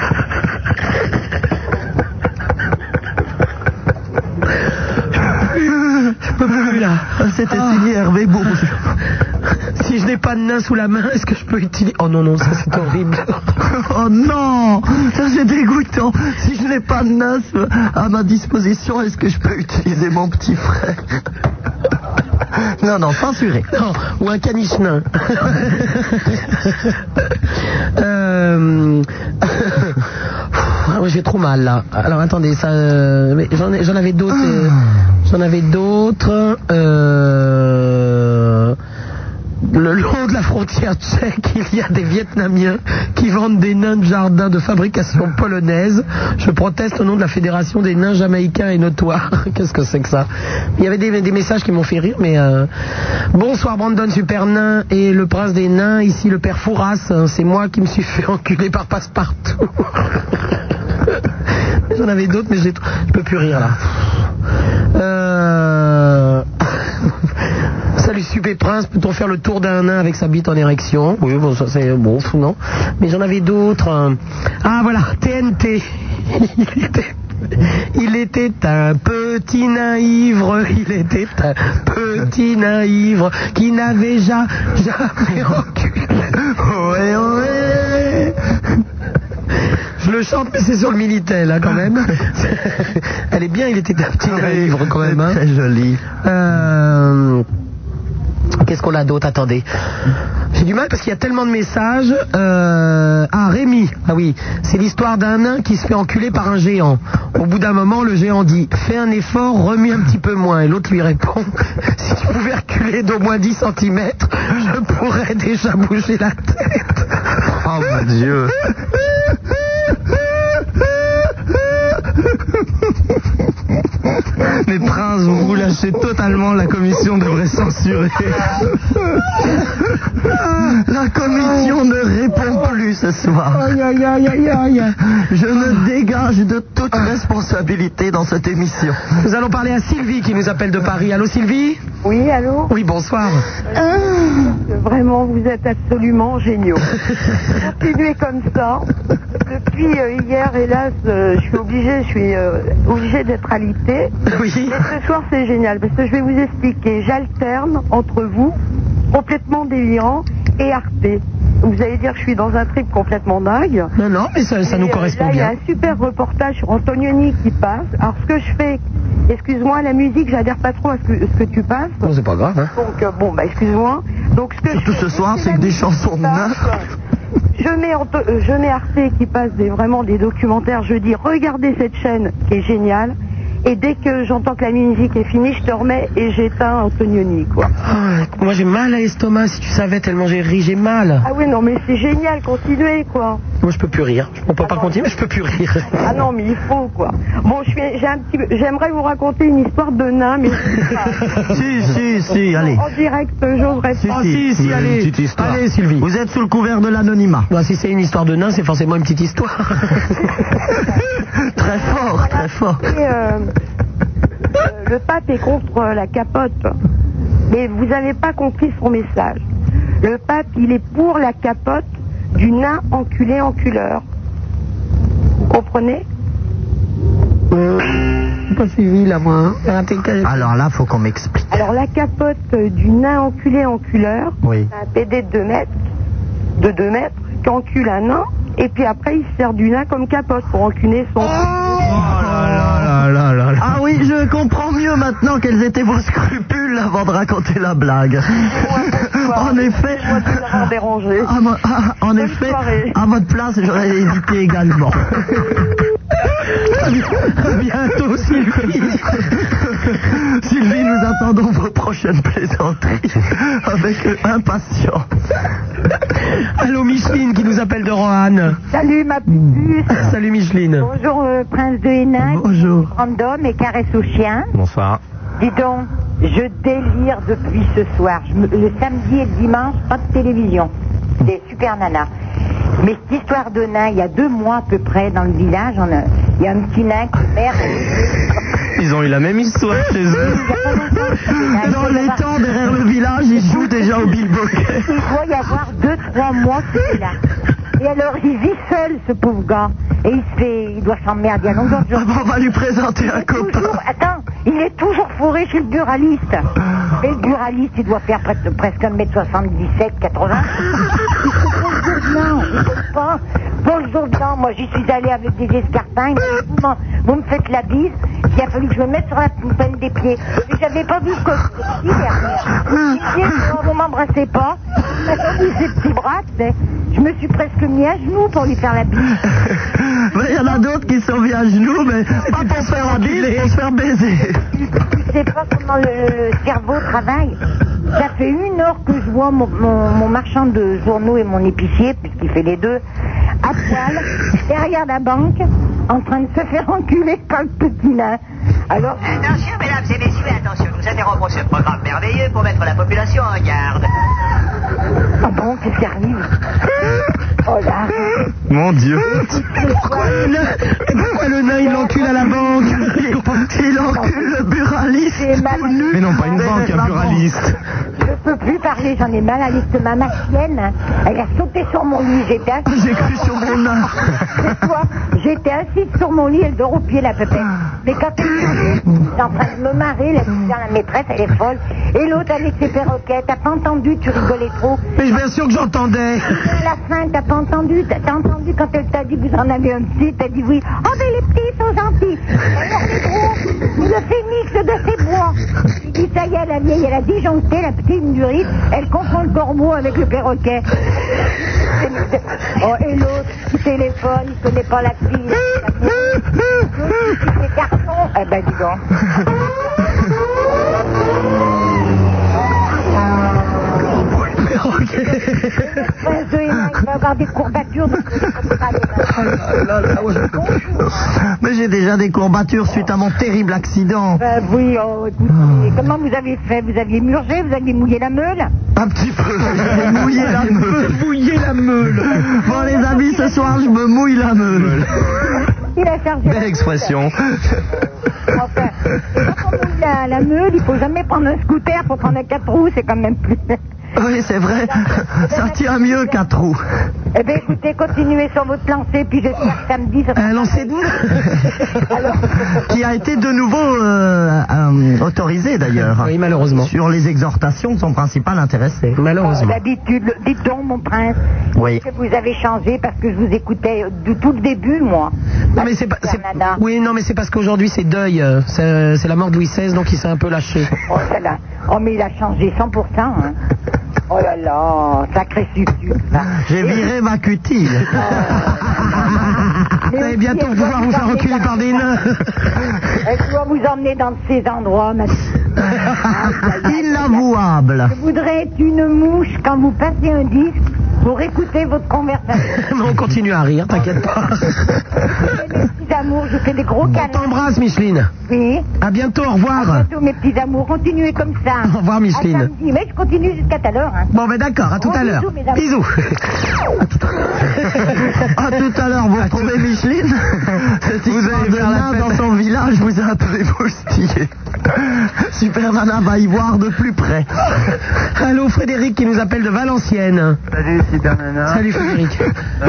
Je peux plus là. C'était signé Hervé Bourges. Si je n'ai pas de nain sous la main, est-ce que je peux utiliser... Oh non, ça c'est horrible. Oh non, ça c'est dégoûtant. Si je n'ai pas de nain à ma disposition, est-ce que je peux utiliser mon petit frère? Non, censuré. Non, ou un caniche nain. J'ai trop mal là. Alors attendez, ça, j'en avais d'autres. Le long de la frontière tchèque, il y a des Vietnamiens qui vendent des nains de jardin de fabrication polonaise. Je proteste au nom de la Fédération des nains jamaïcains et notoires. Qu'est-ce que c'est que ça? Il y avait des messages qui m'ont fait rire, mais... Bonsoir Brandon Super Nain et le prince des nains, ici le père Fouras. C'est moi qui me suis fait enculer par Passepartout. J'en avais d'autres, mais je peux plus rire là. Salut Super Prince, peut-on faire le tour d'un nain avec sa bite en érection? Oui, bon, ça c'est bon, non. Mais j'en avais d'autres. Ah voilà, TNT. Il était un petit nain ivre, qui n'avait jamais enculé. Ouais. Je le chante, mais c'est sur le Minitel, hein, quand même. Elle est bien, il était un petit nain ivre, quand même. Hein. Très joli. Qu'est-ce qu'on a d'autre? Attendez. J'ai du mal parce qu'il y a tellement de messages. Rémi. Ah oui. C'est l'histoire d'un nain qui se fait enculer par un géant. Au bout d'un moment, le géant dit « Fais un effort, remue un petit peu moins ». Et l'autre lui répond « Si tu pouvais reculer d'au moins 10 cm, je pourrais déjà bouger la tête. » Oh mon Dieu. Mais Prince, vous lâchez totalement, la commission devrait censurer. La commission ne répond plus ce soir. Aïe, aïe, aïe, aïe, aïe. Je me dégage de toute responsabilité dans cette émission. Nous allons parler à Sylvie qui nous appelle de Paris. Allô Sylvie? Oui, allô? Oui, bonsoir. Vraiment, vous êtes absolument géniaux. Continuez comme ça. Depuis hier, hélas, je suis obligée d'être alitée. Oui. Mais ce soir, c'est génial parce que je vais vous expliquer. J'alterne entre vous, complètement délirant, et Arte. Vous allez dire que je suis dans un trip complètement dingue. Non, mais ça nous correspond là, bien. Il y a un super reportage sur Antonioni qui passe. Alors, ce que je fais, excuse-moi, la musique, j'adhère pas trop à ce que tu passes. Non, c'est pas grave, hein. Donc, excuse-moi. Donc, ce que surtout je fais, ce soir, c'est que des chansons de neuf. Je mets Arte qui passe vraiment des documentaires. Je dis, regardez cette chaîne qui est géniale. Et dès que j'entends que la musique est finie, je te remets et j'éteins Antonioni, quoi. Moi, j'ai mal à l'estomac, si tu savais, tellement j'ai ri, j'ai mal. Ah oui, non, mais c'est génial, continuez, quoi. Moi, je peux plus rire. On peut pas continuer, mais je peux plus rire. Ah non, mais il faut, quoi. Bon, j'aimerais vous raconter une histoire de nain, mais... Si, allez. En direct, j'oserais pas. Si, allez. Une petite histoire. Allez, Sylvie. Vous êtes sous le couvert de l'anonymat. Bah, si c'est une histoire de nain, c'est forcément une petite histoire. Très fort, très fort. Le pape est contre la capote. Mais vous n'avez pas compris son message. Le pape, il est pour la capote du nain enculé enculeur. Vous comprenez? Pas suivi, là, moi. Alors là, faut qu'on m'explique. Alors, la capote du nain enculé enculeur, oui. C'est un PD de 2 mètres, qui encule un nain, et puis après, il se sert du nain comme capote pour enculer son... Ah oui, je comprends mieux maintenant quels étaient vos scrupules avant de raconter la blague. En effet, en effet, à votre place, j'aurais hésité également. À bientôt, Sylvie. Sylvie, nous attendons vos prochaines plaisanteries avec impatience. Allô, Micheline qui nous appelle de Roanne. Salut, ma puce. Salut, Micheline. Bonjour, Prince de Hénin. Bonjour. Random et caresse au chien. Bonsoir. Dis donc, je délire depuis ce soir. Le samedi et le dimanche, pas de télévision. C'est Super Nana. Mais cette histoire de nain, il y a 2 mois à peu près, dans le village, il y a un petit nain qui merde. Ils ont eu la même histoire chez eux. Dans les temps, derrière le village, ils jouent déjà au bilboquet. Il doit y avoir 2-3 mois que c'est là. Et alors, il vit seul, ce pauvre gars. Et il doit s'emmerder à longueur de journée. On va lui présenter un copain. Attends, il est toujours fourré chez le buraliste. Et le buraliste, il doit faire presque 1m77, 80. Il se pose le blanc, il pose pas. Pour le jour blanc, moi j'y suis allée avec des escarpins. Vous me faites la bise. Il a fallu que je me mette sur la peine des pieds. Et j'avais pas vu ce que c'était derrière. Il me dit, vous m'embrassez pas. Il m'a tendu ses petits bras, tu sais. Je me suis presque mis à genoux pour lui faire la bise. Mais il y en a d'autres qui sont mis à genoux, mais pas pour se faire la bise, pour se faire baiser. Tu sais pas comment le cerveau travaille. Ça fait 1 heure que je vois mon marchand de journaux et mon épicier, puisqu'il fait les deux, à poil, derrière la banque, en train de se faire enculer par le petit nain. Alors... Attention, mesdames et messieurs, attention, nous interrompons ce programme merveilleux pour mettre la population en garde. Ah bon, qu'est-ce qui arrive? Oh là. Mon Dieu. Pourquoi le nain, il encule à la banque? Il encule le buraliste. Mais non, pas une banque, un buraliste. Je peux plus parler, j'en ai mal à l'estomac. Ma chienne, elle a sauté sur mon lit. J'ai cru sur mon nain. C'est toi, j'étais assise sur mon lit, elle dort au pied, la pépette. Mais quand elle est en train de me marrer, la maîtresse, elle est folle. Et l'autre avec ses perroquets, t'as pas entendu, tu rigolais trop. Mais bien sûr que j'entendais. À la fin, t'as pas entendu, t'as entendu quand elle t'a dit que vous en avez un petit, t'as dit oui. Oh mais les petits sont gentils. Alors les gros, le phénix de ces bois. Il dit ça y est, la vieille, elle a disjoncté, la petite Durite, elle confond le corbeau avec le perroquet. Oh, et l'autre qui téléphone, il connaît pas la fille. Les garçons, eh ben dis donc. Le prince de Hénin, il va avoir des courbatures. Donc, Mais j'ai déjà des courbatures suite à mon terrible accident. oui, oh, écoutez, comment vous avez fait? Vous aviez murgé? Vous aviez mouillé la meule? Un petit peu, j'ai mouillé la meule. Mouiller la meule. Bon les amis, ce soir je me mouille la meule. Il a chargé. Belle expression. Enfin, quand on mouille la meule, il faut jamais prendre un scooter pour prendre un 4 roues, c'est quand même plus... Oui, c'est vrai. Ça tient mieux qu'à trous. Eh bien, écoutez, continuez sur votre lancée, puis j'espère que samedi, ça sera... Un lancer de qui a été de nouveau autorisé d'ailleurs. Oui, malheureusement. Sur les exhortations de son principal intéressé. Malheureusement. D'habitude, dites donc, mon prince, oui. Que vous avez changé parce que je vous écoutais de tout le début, moi. Non, mais c'est pas... Oui, non, mais c'est parce qu'aujourd'hui, c'est deuil. C'est la mort de Louis XVI, donc il s'est un peu lâché. Oh, ça là. Oh, mais il a changé 100%, hein. Oh là là, sacré sucre. J'ai viré ma cutille. Vous allez bientôt pouvoir vous faire reculer par des nains. Je dois vous emmener dans ces endroits, ma inavouable. Je voudrais être une mouche quand vous passez un disque pour écouter votre conversation. Mais on continue à rire, t'inquiète pas. Mes petits amours, je fais des gros câlins. On t'embrasse, Micheline. Oui. À bientôt, au revoir. À bientôt, mes petits amours. Continuez comme ça. Au revoir, Micheline. À samedi. Mais je continue jusqu'à tout à l'heure. Hein. Bon, ben d'accord, à tout à l'heure. Bisous. À tout à l'heure, vous retrouvez Micheline. Vous avez de nain dans son village, vous a un peu émoustillé. Super Nana va y voir de plus près. Allô, Frédéric qui nous appelle de Valenciennes. Salut, Super Nana. Salut, Frédéric.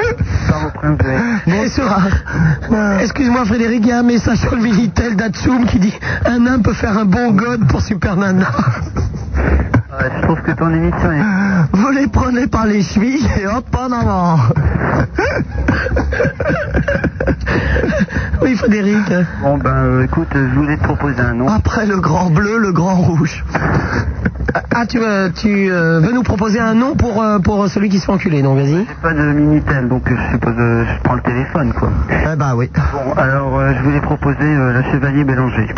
Bonsoir. Excuse-moi, Frédéric, il y a un message sur le Minitel d'Atchoum qui dit un nain peut faire un bon god pour Super Nana. Je trouve que ton émission est... Vous les prenez par les chevilles et hop, en avant. Oui, Frédéric. Bon, ben, écoute, je voulais te proposer un nom. Après le grand bleu, le grand rouge. Ah, tu veux nous proposer un nom pour celui qui se fait enculer, non, vas-y. J'ai pas de Minitel, donc je suppose je prends le téléphone, quoi. Eh ben oui. Bon, alors, je voulais proposer le Chevalier Bélanger.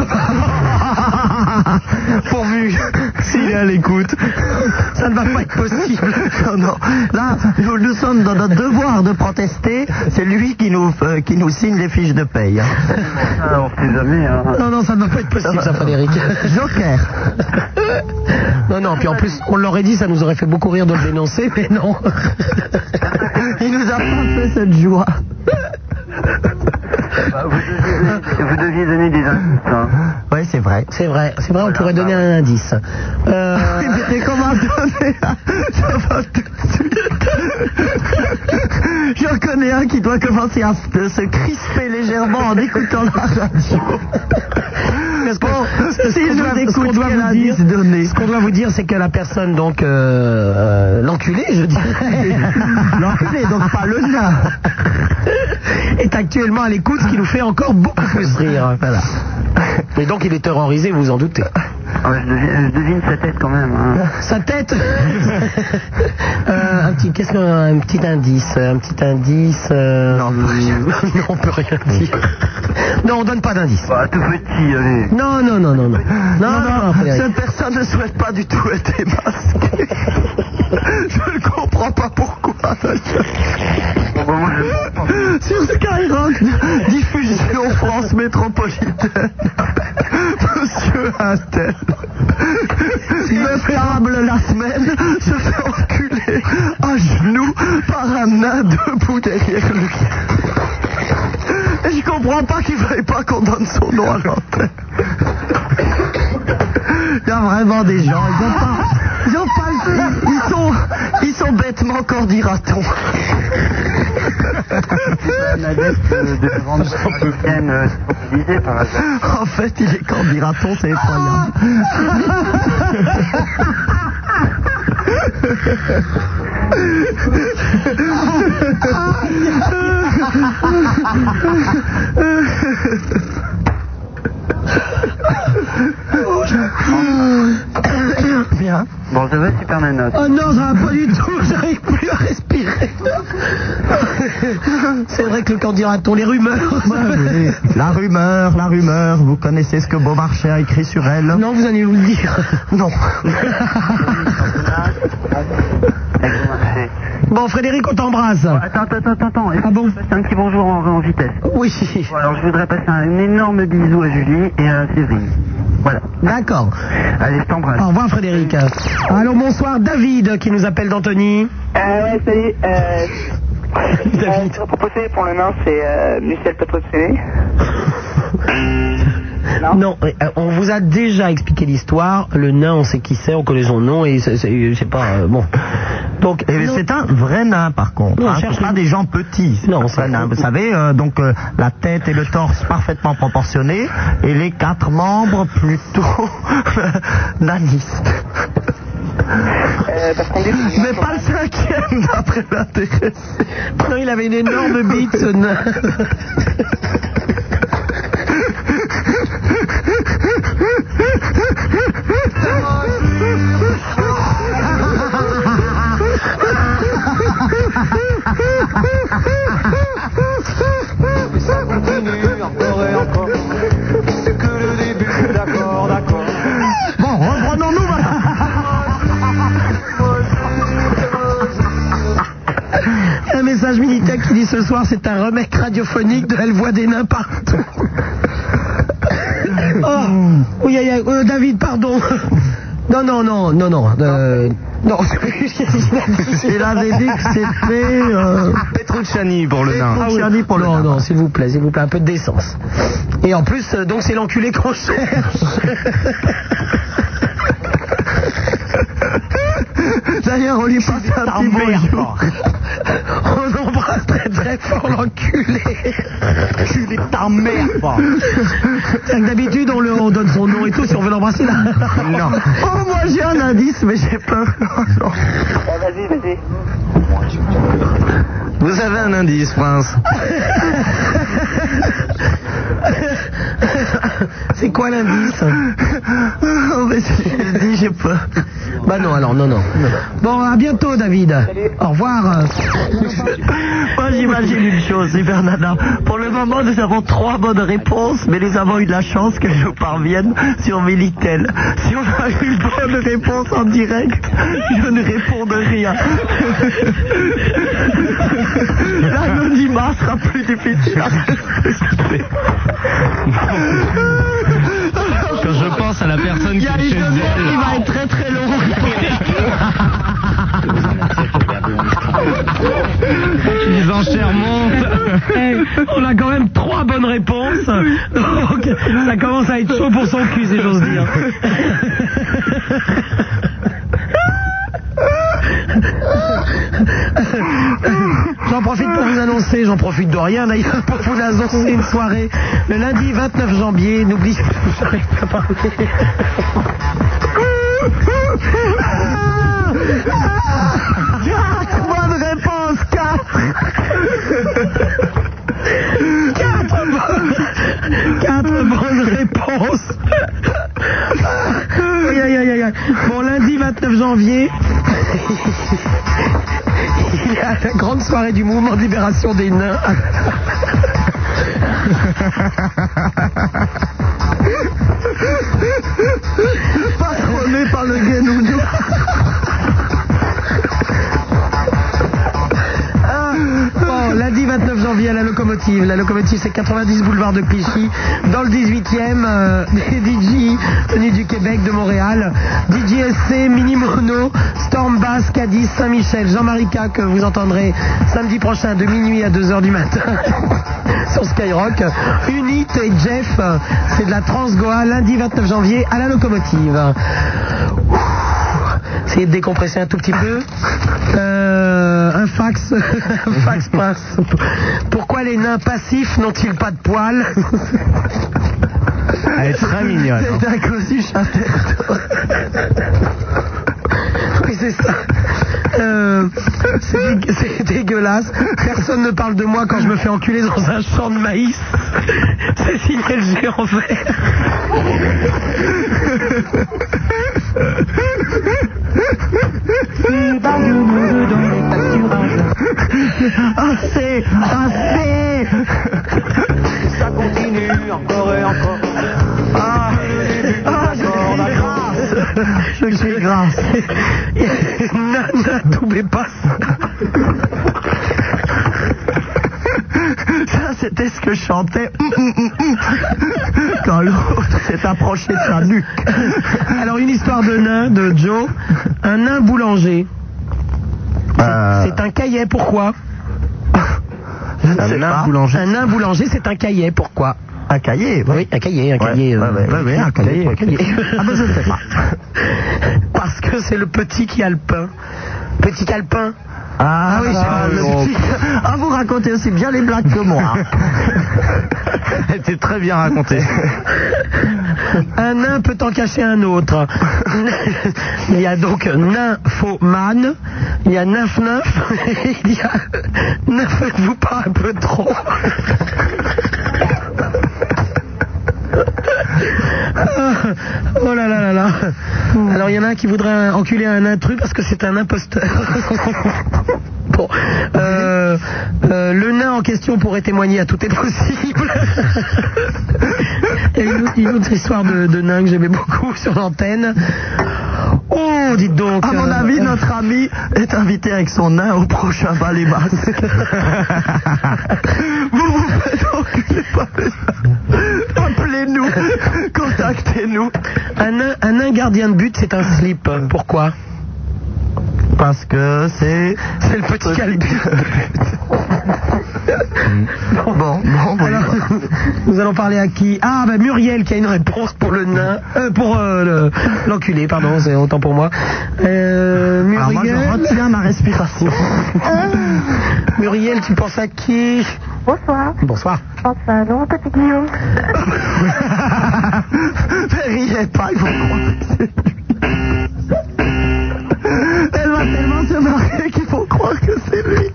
Pourvu s'il est à l'écoute. Ça ne va pas être possible. Non, non. Là, nous sommes dans notre devoir de protester. C'est lui qui nous signe les fiches de paye. Hein. Ah, on sait jamais. Hein. Non, non, ça ne va pas être possible, ça, Frédéric. Joker. Non, non, puis en plus, on l'aurait dit, ça nous aurait fait beaucoup rire de le dénoncer, mais non. Il nous a pas fait cette joie. Vous deviez donner des indices. Hein. Oui, c'est vrai. C'est vrai, on pourrait donner un indice. Mais comment donner J'en connais un qui doit commencer à se crisper légèrement en écoutant la radio. Ce qu'on doit vous dire, c'est que la personne, donc, l'enculé, je dirais. L'enculé, donc pas le nain. Est actuellement à l'écoute, ce qui nous fait encore beaucoup plus rire. Voilà. Et donc il est terrorisé, vous vous en doutez. Ah ouais, je devine sa tête quand même. Hein. Sa tête. Un petit indice. Non, non, on peut rien dire. Non, on donne pas d'indice. Bah, tout petit, allez. Non. Non, cette personne ne souhaite pas du tout être démasquée. Je ne comprends pas pourquoi. Sur Skyrock, diffusion France métropolitaine. Monsieur Intel, notable la semaine, se fait enculer à genoux par un nain debout derrière lui. Et je comprends pas qu'il ne fallait pas qu'on donne son nom à l'antenne. Il y a vraiment des gens, ils sont bêtement cordiraton. Un adepte de grande championne spécialisée par hasard. En fait, il est cordiraton, c'est effroyable. Bien. Bon, ça va, Super Nana. Oh non, ça va pas du tout, j'arrive plus à respirer. C'est vrai que le cordiraton, les rumeurs. Oui. La rumeur, vous connaissez ce que Beaumarchais a écrit sur elle? Non, vous allez nous le dire. Non. Bon, Frédéric, on t'embrasse. Attends. Ah bon? C'est un petit bonjour en vitesse. Oui. Bon, alors, je voudrais passer un énorme bisou à Julie et à Séverine. Voilà. D'accord. Allez, je t'embrasse. Au revoir, Frédéric. Alors, bonsoir, David, qui nous appelle d'Antony. Ouais, salut. David. Ce proposé pour le nain, c'est Michel Petrucciani. Non, on vous a déjà expliqué l'histoire. Le nain, on sait qui c'est, on connaît son nom et c'est pas bon. Donc, c'est un vrai nain par contre. Non, C'est pas des gens petits. Non, c'est un nain. Vous savez, la tête et le torse parfaitement proportionnés et les 4 membres plutôt nanistes. Mais pas le 5e d'après l'intéressé. Non, il avait une énorme bite, ce nain. Ça continue encore et encore. C'est que le début, d'accord. Bon, reprenons-nous, voilà. Un message Minitel qui dit ce soir c'est un remake radiophonique de Elle voit des nains partout. Oh, oui, David, pardon. Non. Non. Il avait dit que c'était Petrucciani pour le nain. Petrucciani pour le nain. Non, s'il vous plaît, un peu de décence. Et en plus, donc c'est l'enculé qu'on cherche. D'ailleurs, on lui passe un petit bonjour. On embrasse très fort l'enculé. Enculé de ta mère, quoi. D'habitude, on donne son nom et tout si on veut l'embrasser là. Non. Oh, moi j'ai un indice, mais j'ai peur. Vas-y. Vous avez un indice, Prince. C'est quoi l'indice? Oh, mais j'ai dit, j'ai peur. Bah non, alors non. Bon, à bientôt, David. Salut. Au revoir. Moi, j'imagine une chose, Super Nana. Pour le moment, nous avons 3 bonnes réponses, mais nous avons eu de la chance qu'elles nous parviennent sur Minitel. Si on a eu une bonne réponse en direct, je ne réponds de rien. L'anonymat sera plus difficile. Quand je pense à la personne qui est chez elle. Il va être très très long. Les enchères montent. Hey, on a quand même 3 bonnes réponses. Donc ça commence à être chaud pour son cul, si j'ose dire. J'en profite pour vous annoncer, j'en profite de rien d'ailleurs, pour vous annoncer une soirée le lundi 29 janvier. N'oubliez pas, j'arrive pas à parler. Bonne réponse, 4. 4 bonnes réponses. Aïe. Bon, lundi 29 janvier, il y a la grande soirée du mouvement de libération des nains. Patronné par le Guénounou. Bon, lundi 29 janvier à la Locomotive. La Locomotive, c'est 90 boulevard de Clichy, dans le 18e. Des DJ venus du Québec, de Montréal. DJ SC, Mini Mono, Storm Bass, Cadiz, Saint-Michel, Jean-Marie K, que vous entendrez samedi prochain de minuit à 2h du matin sur Skyrock. Unit et Jeff, c'est de la Transgoa, lundi 29 janvier à la Locomotive. Essayez de décompresser un tout petit peu. Un fax. Un fax Prince. Pourquoi les nains passifs n'ont-ils pas de poils? Elle est très mignonne. C'est un cossu chater. Oui, c'est ça. C'est dégueulasse. Personne ne parle de moi quand je me fais enculer dans un champ de maïs. C'est signé le géant vert. Assez. Ça continue encore et encore. Je suis grave. Nana Doubépas. Ça, c'était ce que je chantais quand l'autre s'est approché de sa nuque. Alors, une histoire de nain, de Joe. Un nain boulanger. C'est un caillet, pourquoi? Un nain boulanger. Un nain boulanger, c'est un caillet, pourquoi? Un cahier, oui, un cahier, un cahier. Un cahier. Ah ben je ne sais pas. Parce que c'est le petit qui a le pain. Petit calepin. Ah oui, c'est le petit. Ah, vous racontez aussi bien les blagues que moi. C'était très bien raconté. Un nain peut en cacher un autre. Il y a donc nymphomane, il y a neuf, et il y a ne faites-vous pas un peu trop. Oh là là là là. Alors il y en a un qui voudrait enculer un intrus parce que c'est un imposteur. Bon, le nain en question pourrait témoigner à tout est possible. Il y a une autre histoire de nain que j'aimais beaucoup sur l'antenne. Oh, dites donc. À mon avis, notre ami est invité avec son nain au prochain ballet masque. Vous faites enculer par les nains. Appelez-nous, contactez-nous. Un nain gardien de but, c'est un slip. Pourquoi? Parce que c'est le petit calbut. Bon, alors, nous allons parler à qui? Ah, bah Muriel qui a une réponse pour le nain, pour l'enculé, pardon, c'est autant pour moi. Muriel. Alors moi, je retiens ma respiration. Muriel, tu penses à qui? Bonsoir. Bonsoir. Je pense à non, petit Guillaume. Ne riez pas, ils vont croire que c'est lui. Elle va tellement se marrer qu'il faut croire que c'est lui.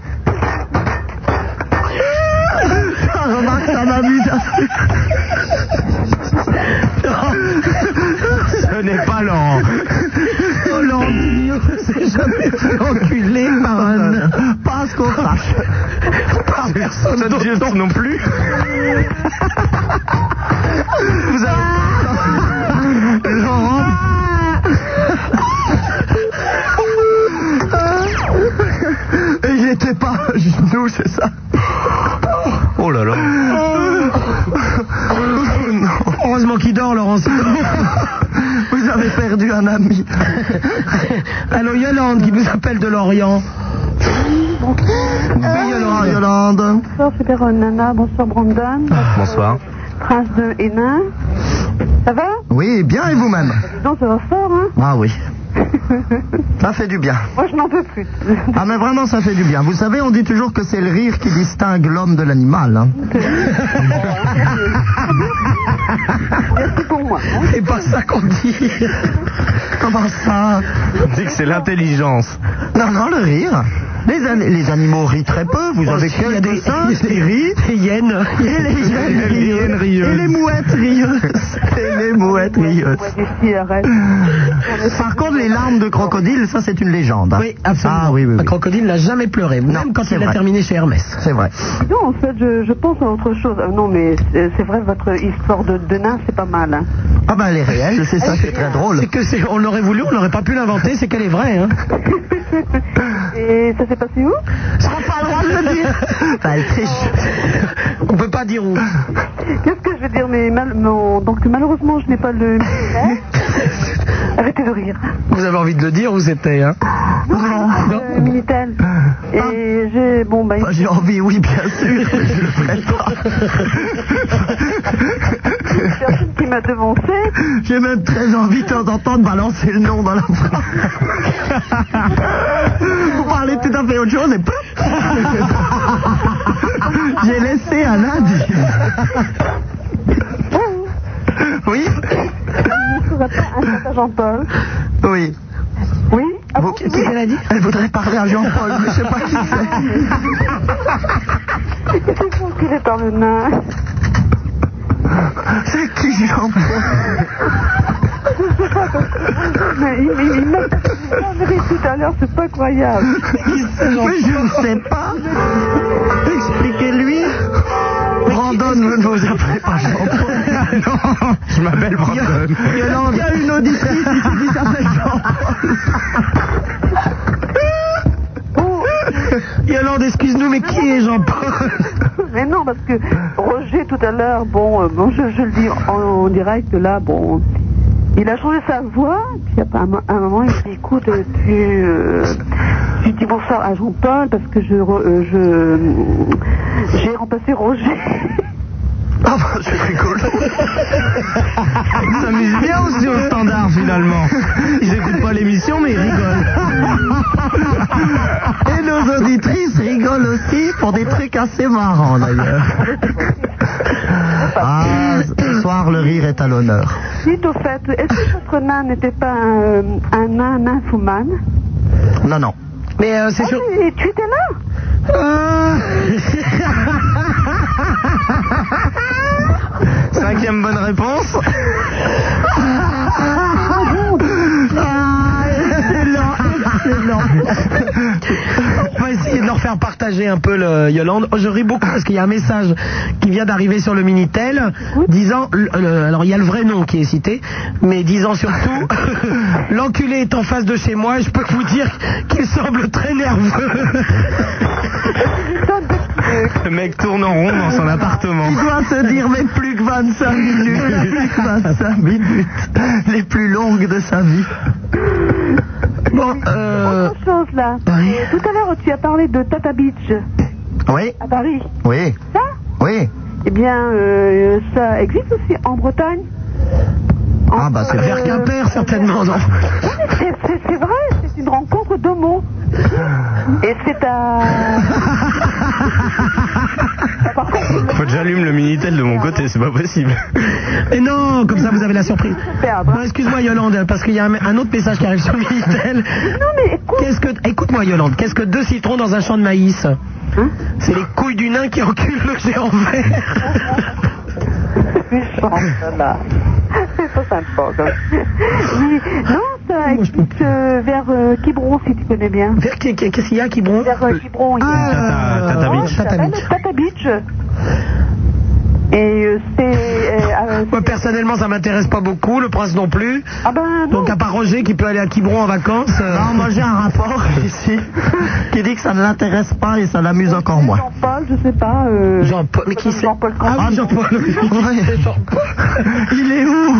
Remarque, ça m'amuse assez. Ce n'est pas Laurent. Oh, Laurent Guillaume s'est jamais fait enculer par un nain. Pas ce qu'on crache. Par personne d'autre non plus. Vous avez... Laurent... Il n'était pas à genoux, c'est ça? Oh là là. Heureusement qu'il dort, Laurent. Vous avez perdu un ami. Allô, Yolande qui nous appelle de Lorient. Bonsoir, Yolande. Bonsoir, Super Nana. Bonsoir, Brandon. Bonsoir. Prince de Hénin. Ça va? Oui, bien, et vous-même? Donc, ça va fort, hein? Ah oui. Ça fait du bien. Moi, je n'en peux plus. Ah, mais vraiment, ça fait du bien. Vous savez, on dit toujours que c'est le rire qui distingue l'homme de l'animal. Hein. Merci pour moi. C'est pas ça qu'on dit. Comment ça? On dit que c'est l'intelligence. Non, non, le rire. Les animaux rient très peu. Vous avez quelques singes qui rient. Les hyènes. Et les hyènes rieuses. Et les mouettes rieuses. Et les mouettes rieuses. Par contre, les larmes de crocodile, ça c'est une légende. Oui, absolument. Ah, oui, oui, oui. Un crocodile n'a jamais pleuré, même quand il a terminé chez Hermès. C'est vrai. Non, en fait, je pense à autre chose. Non, mais c'est vrai, votre histoire de nain, c'est pas mal. Hein. Ah ben, elle est réelle, c'est ça qui est très drôle. C'est que on l'aurait voulu, on n'aurait pas pu l'inventer, c'est qu'elle est vraie. Hein. Et ça s'est passé où? On n'a pas le droit de le dire. Elle triche. On peut pas dire où. Qu'est-ce que je veux dire? Mais donc malheureusement, je n'ai pas le... Arrêtez de rire. Vous avez envie de le dire où c'était, hein? Non. Minitel. Et j'ai... Bon, bah... J'ai envie, oui, bien sûr. Je le ferai pas. Personne qui m'a devancé. J'ai même très envie de temps en temps de balancer le nom dans la phrase. Vous parlez tout à fait autre chose et paf. J'ai laissé un indice. Oui. Ne serait pas un certain Jean-Paul? Oui. Oui. Ah bon, qu'est-ce qu'elle a dit? Elle voudrait parler à Jean-Paul, mais je sais pas qui c'est. C'est vous qui est par le nain. C'est qui Jean-Paul? Mais il m'a dit tout à l'heure, c'est pas croyable. Mais je ne sais pas. Expliquez-lui. Brandon, vous ne vous appelez pas Jean-Paul. Non, je m'appelle Brandon. Il y a une auditrice qui dit ça s'appelle Jean-Paul. Yolande, excuse-nous, mais qui est Jean-Paul? Mais non, parce que Roger, tout à l'heure, bon, je le dis en direct, là, bon, il a changé sa voix, puis à un moment, il me dit, écoute, tu dis bonsoir à Jean-Paul, parce que j'ai remplacé Roger. Ah bah, c'est rigolo. Ils s'amusent bien aussi au standard, finalement. Ils écoutent pas l'émission, mais ils rigolent. Et nos auditrices rigolent aussi pour des trucs assez marrants, d'ailleurs. Ah, ce soir, le rire est à l'honneur. Dites au fait, est-ce que votre nain n'était pas un nain nymphomane? Non, non. Mais c'est sûr... Et tu étais là? Cinquième bonne réponse. Excellent. On va essayer de leur faire partager un peu le Yolande. Oh, je ris beaucoup parce qu'il y a un message qui vient d'arriver sur le Minitel disant, alors il y a le vrai nom qui est cité, mais disant surtout l'enculé est en face de chez moi et je peux vous dire qu'il semble très nerveux. Le mec tourne en rond dans son appartement. Il doit se dire, mais plus que 25 minutes. Plus que 25 minutes. Les plus longues de sa vie. Bon, autre chose là. Oui. Tout à l'heure, tu as parlé de Tata Beach. Oui. À Paris. Oui. Ça? Oui. Eh bien, ça existe aussi en Bretagne. Ah bah c'est vers Quimper certainement, non? C'est vrai, c'est une rencontre d'homo. Et c'est à... Faut que j'allume le Minitel de mon côté, c'est pas possible. Mais non, comme ça vous avez la surprise. Non, excuse-moi Yolande, parce qu'il y a un autre message qui arrive sur le Minitel. Non mais écoute. Écoute-moi Yolande, qu'est-ce que 2 citrons dans un champ de maïs? C'est les couilles du nain qui enculent le géant vert. Là. C'est pas sympa. Oui, non, ça existe vers Quiberon, si tu connais bien. Vers qu'est-ce qu'il y a, Quiberon? Vers Quiberon. Tata Beach. Tata Beach. Et c'est... Moi, personnellement, ça m'intéresse pas beaucoup, le prince non plus. Ah ben non. Donc, à part Roger qui peut aller à Quiberon en vacances... Non, moi j'ai un rapport ici qui dit que ça ne l'intéresse pas et ça l'amuse encore moins. Jean-Paul, je sais pas... Jean-Paul, mais qui c'est? Jean-Paul Ah oui, Jean-Paul. Il est où?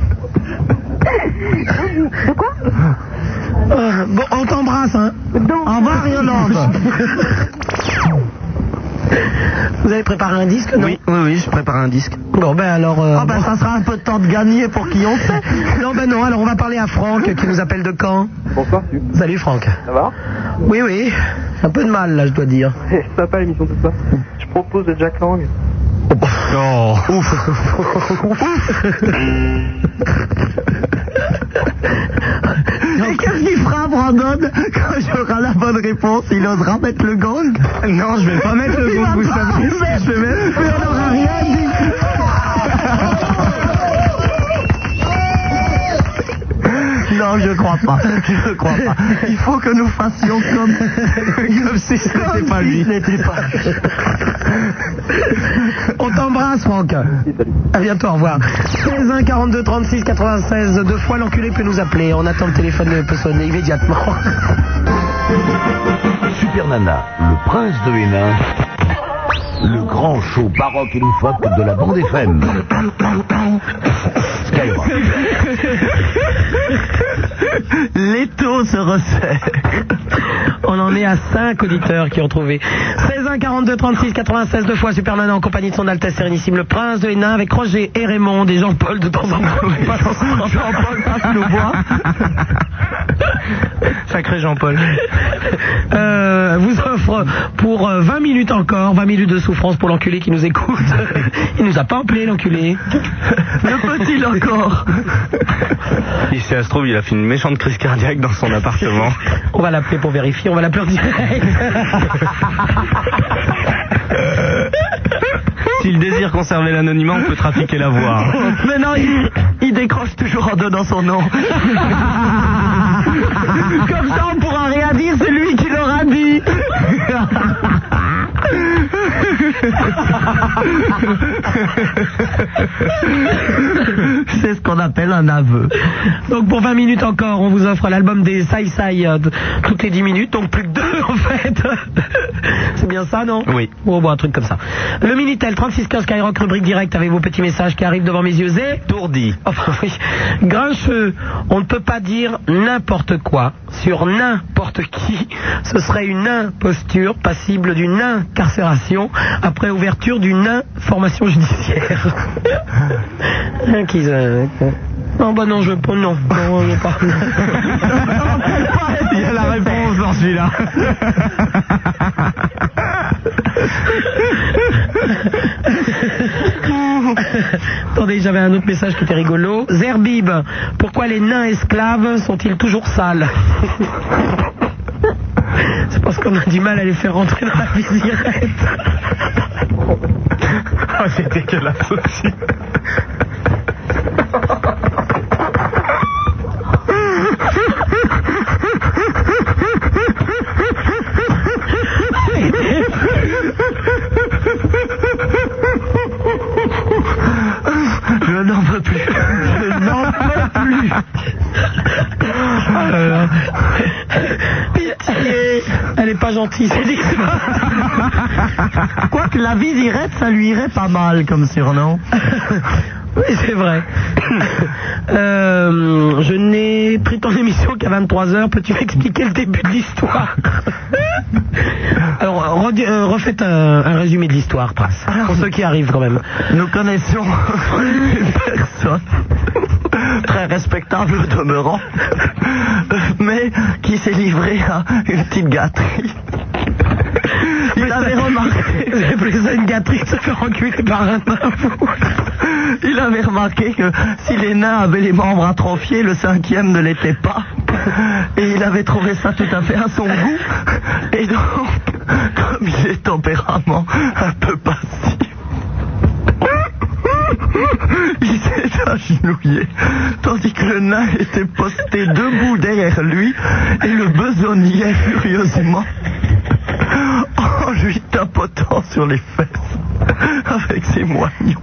De quoi? Bon, on t'embrasse, hein. Donc, au revoir, Yolande. Vous avez préparé un disque, non? Oui, je prépare un disque. Bon, ben alors... ça sera un peu de temps de gagner pour qui on fait. Non, ben non, alors on va parler à Franck qui nous appelle de Caen. Bonsoir, Salut Franck. ça va? Oui, un peu de mal là, je dois dire. C'est sympa l'émission tout ça. Je propose de Jack Lang. Oh, ouf. Et qu'est-ce qu'il fera, Brandon, quand j'aurai la bonne réponse? Il osera mettre le gong? non, je vais pas mettre le gong, vous savez. Je vais mettre... Mais on n'aura rien dit. Non, je crois pas. Il faut que nous fassions comme si ce n'était pas lui. On t'embrasse, Franck. À bientôt, au revoir. 16 1 42 36 96, 2 fois l'enculé peut nous appeler. On attend le téléphone peut sonner immédiatement. Super Nana, le prince de Hénin, le grand show baroque et loufoque de la bande FM. Skyrock. L'étau se resserre. On en est à 5 auditeurs qui ont trouvé. 16 1 42 36 96, 2 fois Super Nana en compagnie de son Altesse Sérénissime le Prince de Hénin avec Roger et Raymond et Jean-Paul de temps en temps. Jean-Paul passe le bois. Sacré Jean-Paul. Vous offre pour 20 minutes encore, 20 minutes de souffrance pour l'enculé qui nous écoute. Il nous a pas appelé l'enculé. Le peut-il encore? Si ça se trouve, il a fait une méchante crise cardiaque dans son appartement. On va l'appeler pour vérifier, on va l'appeler en direct. S'il désire conserver l'anonymat, on peut trafiquer la voix. Mais non, il décroche toujours en donnant son nom. Comme ça, on pourra rien dire, c'est lui qui l'aura dit. C'est ce qu'on appelle un aveu. Donc pour 20 minutes encore, on vous offre l'album des Sai Sai toutes les 10 minutes, donc plus que 2 en fait. C'est bien ça, non? Oui. Oh, bon, un truc comme ça. Le Minitel 3615 Skyrock, rubrique direct avec vos petits messages qui arrivent devant mes yeux. Et Tourdi. enfin oui, grincheux, on ne peut pas dire n'importe quoi sur n'importe qui. Ce serait une imposture passible d'une incarcération après ouverture d'une information judiciaire. Non, bah non, je veux pas, non, je veux pas. Il y a la réponse dans celui-là. Attendez, j'avais un autre message qui était rigolo. Zerbib, pourquoi les nains esclaves sont-ils toujours sales? C'est parce qu'on a du mal à les faire rentrer dans la visirette. Oh, c'est dégueulasse aussi. Je n'en peux plus. Je n'en peux plus. Pitié. Elle est pas gentille, c'est dit. Quoique la visirette, ça lui irait pas mal comme surnom. Oui, c'est vrai. Je n'ai pris ton émission qu'à 23h. Peux-tu m'expliquer le début de l'histoire? Alors, refaites un résumé de l'histoire, Prince. Pour ceux qui arrivent quand même. Nous connaissions une personne très respectable au demeurant, mais qui s'est livrée à une petite gâterie. Il avait remarqué... Vous avez appelé ça une gâterie de se faire enculer par un nain, vous? Il avait remarqué que si les nains avaient les membres atrophiés, le 5e ne l'était pas. Et il avait trouvé ça tout à fait à son goût. Et donc, comme il est tempérament un peu passif, il s'est agenouillé, tandis que le nain était posté debout derrière lui et le besognait furieusement en lui tapotant sur les fesses avec ses moignons.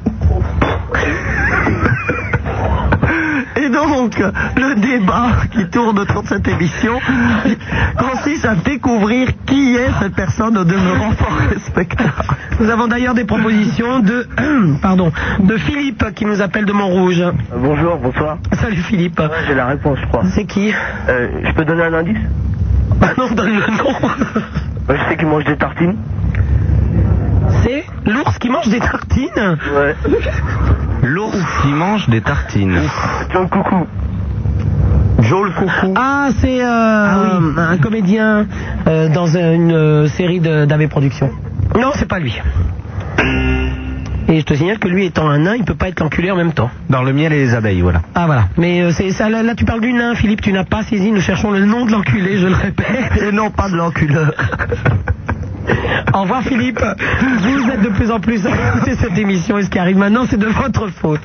Et donc, le débat qui tourne autour de cette émission consiste à découvrir qui est cette personne au demeurant fort respectable. Nous avons d'ailleurs des propositions de Philippe qui nous appelle de Montrouge. Bonjour, bonsoir. Salut Philippe. Ouais, j'ai la réponse, je crois. C'est qui? Je peux donner un indice? Ah non, donne le nom. Je sais qu'il mange des tartines. C'est l'ours qui mange des tartines? Ouais. L'ours qui mange des tartines. John Coucou. Joe le Coucou. Ah, c'est un comédien dans une série d'AV Productions. Non, c'est pas lui. Et je te signale que lui étant un nain, il peut pas être l'enculé en même temps. Dans le miel et les abeilles, voilà. Ah voilà. Mais c'est ça, là tu parles du nain, Philippe, tu n'as pas saisi, nous cherchons le nom de l'enculé, je le répète. Et non pas de l'enculeur. Au revoir Philippe. Vous êtes de plus en plus à écouter cette émission et ce qui arrive maintenant, c'est de votre faute.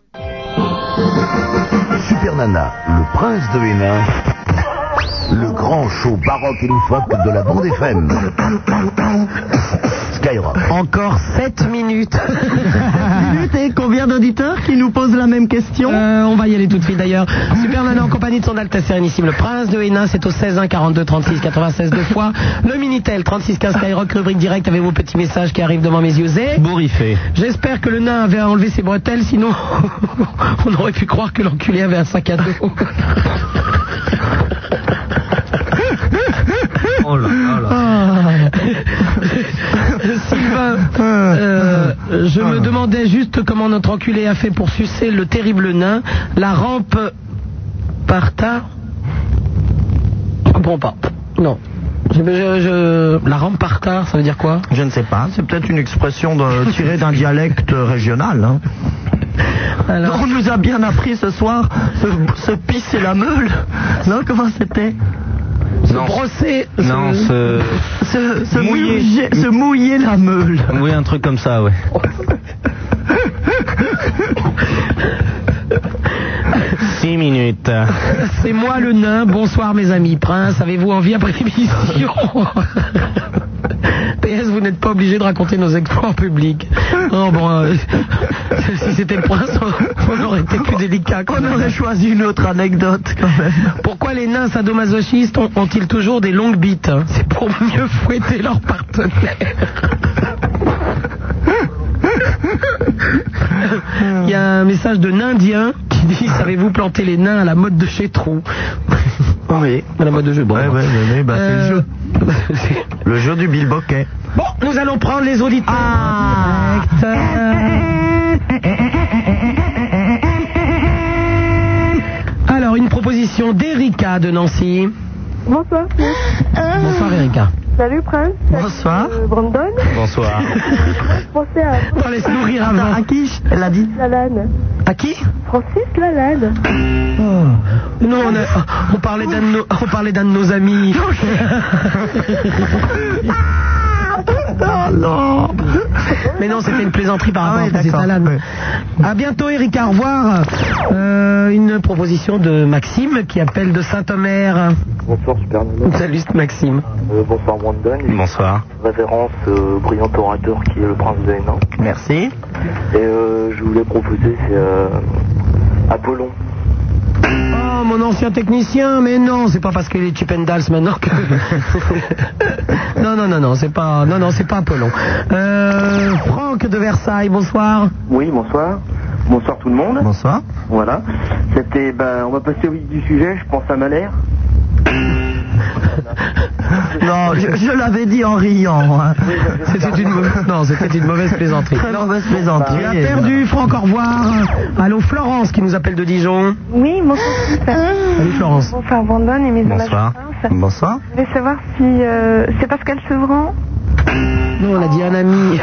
Super Nana, le prince de Hénin, le grand show baroque et loufoque de la bande FM. Skyrock. Encore 7 minutes. Et combien d'auditeurs qui nous posent la même question? On va y aller tout de suite d'ailleurs. Super Nana en compagnie de son Altesse Sérénissime, le prince de Hénin, c'est au 16 1 42 36 96 deux fois. Le Minitel 36 15 Skyrock, rubrique direct avec vos petits messages qui arrivent devant mes yeux. Et bourriffé. J'espère que le nain avait enlevé ses bretelles, sinon on aurait pu croire que l'enculé avait un sac à dos. Oh là là. Sylvain, je me demandais juste comment notre enculé a fait pour sucer le terrible nain. La rampe par terre. Je comprends pas. Non. La rampe par terre, ça veut dire quoi? Je ne sais pas. C'est peut-être une expression tirée d'un dialecte régional. Hein. Alors... On nous a bien appris ce soir se pisser la meule. Non, comment c'était? Se brosser. Non, se mouiller la meule. Oui, un truc comme ça, ouais. 6 minutes. C'est moi le nain. Bonsoir mes amis. Prince, avez-vous envie après l'émission? PS, vous n'êtes pas obligé de raconter nos exploits en public. Non, bon, si c'était le prince, on aurait été plus délicat. On aurait choisi une autre anecdote, quand même. Pourquoi les nains sadomasochistes ont-ils toujours des longues bites? C'est pour mieux fouetter leur partenaire. Il y a un message de Nindien qui dit: savez-vous planter les nains à la mode de chez Trou? Oui, à la mode de jeu. Bon, c'est le jeu. Le jeu du bilboquet. Bon, nous allons prendre les auditeurs en direct. Alors, une proposition d'Erika de Nancy. Bonsoir. Bonsoir Erika. Salut Prince. Bonsoir. Brandon. Bonsoir. Pensez à On laisse nourrir avant. À qui elle a dit? Lalanne. À qui? Francis Lalanne. Oh. Non, on parlait d'un de nos amis. Non. Mais non, c'était une plaisanterie par rapport à Francis Lalanne. Ouais. À bientôt Erika, au revoir. Une proposition de Maxime qui appelle de Saint-Omer. Bonsoir Super Nana. Salut Maxime. Bonsoir Brandon. Bonsoir. Révérence au brillant orateur qui est le prince de Hénin. Merci. Et je voulais proposer, c'est Apollon. Oh, mon ancien technicien, mais non, c'est pas parce qu'il est Chip and Dals maintenant que... Non, c'est pas Apollon. Franck de Versailles, bonsoir. Oui, bonsoir. Bonsoir tout le monde. Bonsoir. Voilà. C'était, on va passer au vif du sujet, je pense à Malher. Non, je l'avais dit en riant. Hein. C'était une mauvaise plaisanterie. Très mauvaise plaisanterie. Tu as perdu, Franck, au revoir. Allô, Florence qui nous appelle de Dijon. Oui, bonsoir. Salut Florence. Bonsoir Brandon et mes Bonsoir. Bonsoir. Je voulais savoir si c'est Pascal Sevran. Non, on a dit un ami.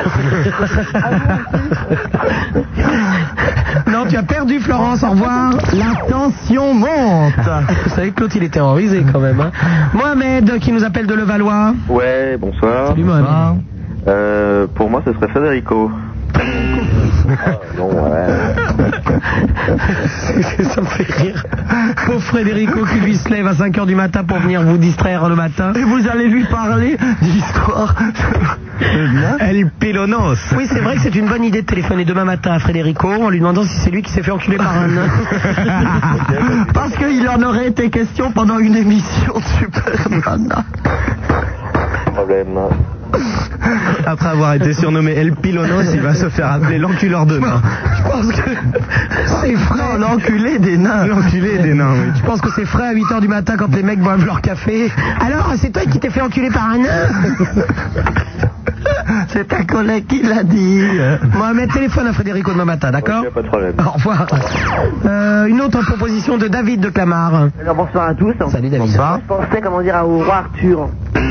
Non, tu as perdu Florence, au revoir. La tension monte. Vous savez que l'autre il est terrorisé quand même. Hein. Mohamed qui nous appelle de Levallois. Ouais, bonsoir. Salut Mohamed. Pour moi, ce serait Federico. Non, ouais. Ça me fait rire. Pauvre Frédérico qui lui se lève à 5h du matin pour venir vous distraire le matin. Et vous allez lui parler d'histoire. El Pilonos. Oui, c'est vrai que c'est une bonne idée de téléphoner demain matin à Frédérico en lui demandant si c'est lui qui s'est fait enculer par un nain. Parce qu'il en aurait été question pendant une émission de Super Nana. Problème. Après avoir été surnommé El Pilonos, il va se faire appeler l'enculeur de nains. Je pense que c'est frais. L'enculé des nains. L'enculé des nains, oui. Je pense que c'est frais à 8h du matin quand les mecs boivent leur café. Alors, c'est toi qui t'es fait enculer par un nain? C'est ta collègue qui l'a dit. Mohamed, téléphone à Frédérico demain matin, d'accord? Pas de problème. Au revoir. Une autre proposition de David de Clamart. Alors bonsoir à tous. Salut David. Bonsoir. Je pensais, comment dire, au roi Arthur.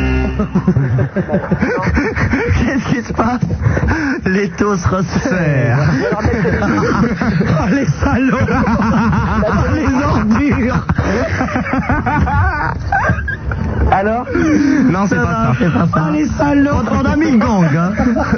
Qu'est-ce qui se passe? Les taux se resserrent. Oh, les salauds. Les ordures. Alors? Non, c'est pas ça. Oh, les salauds. On a mis le gang, hein.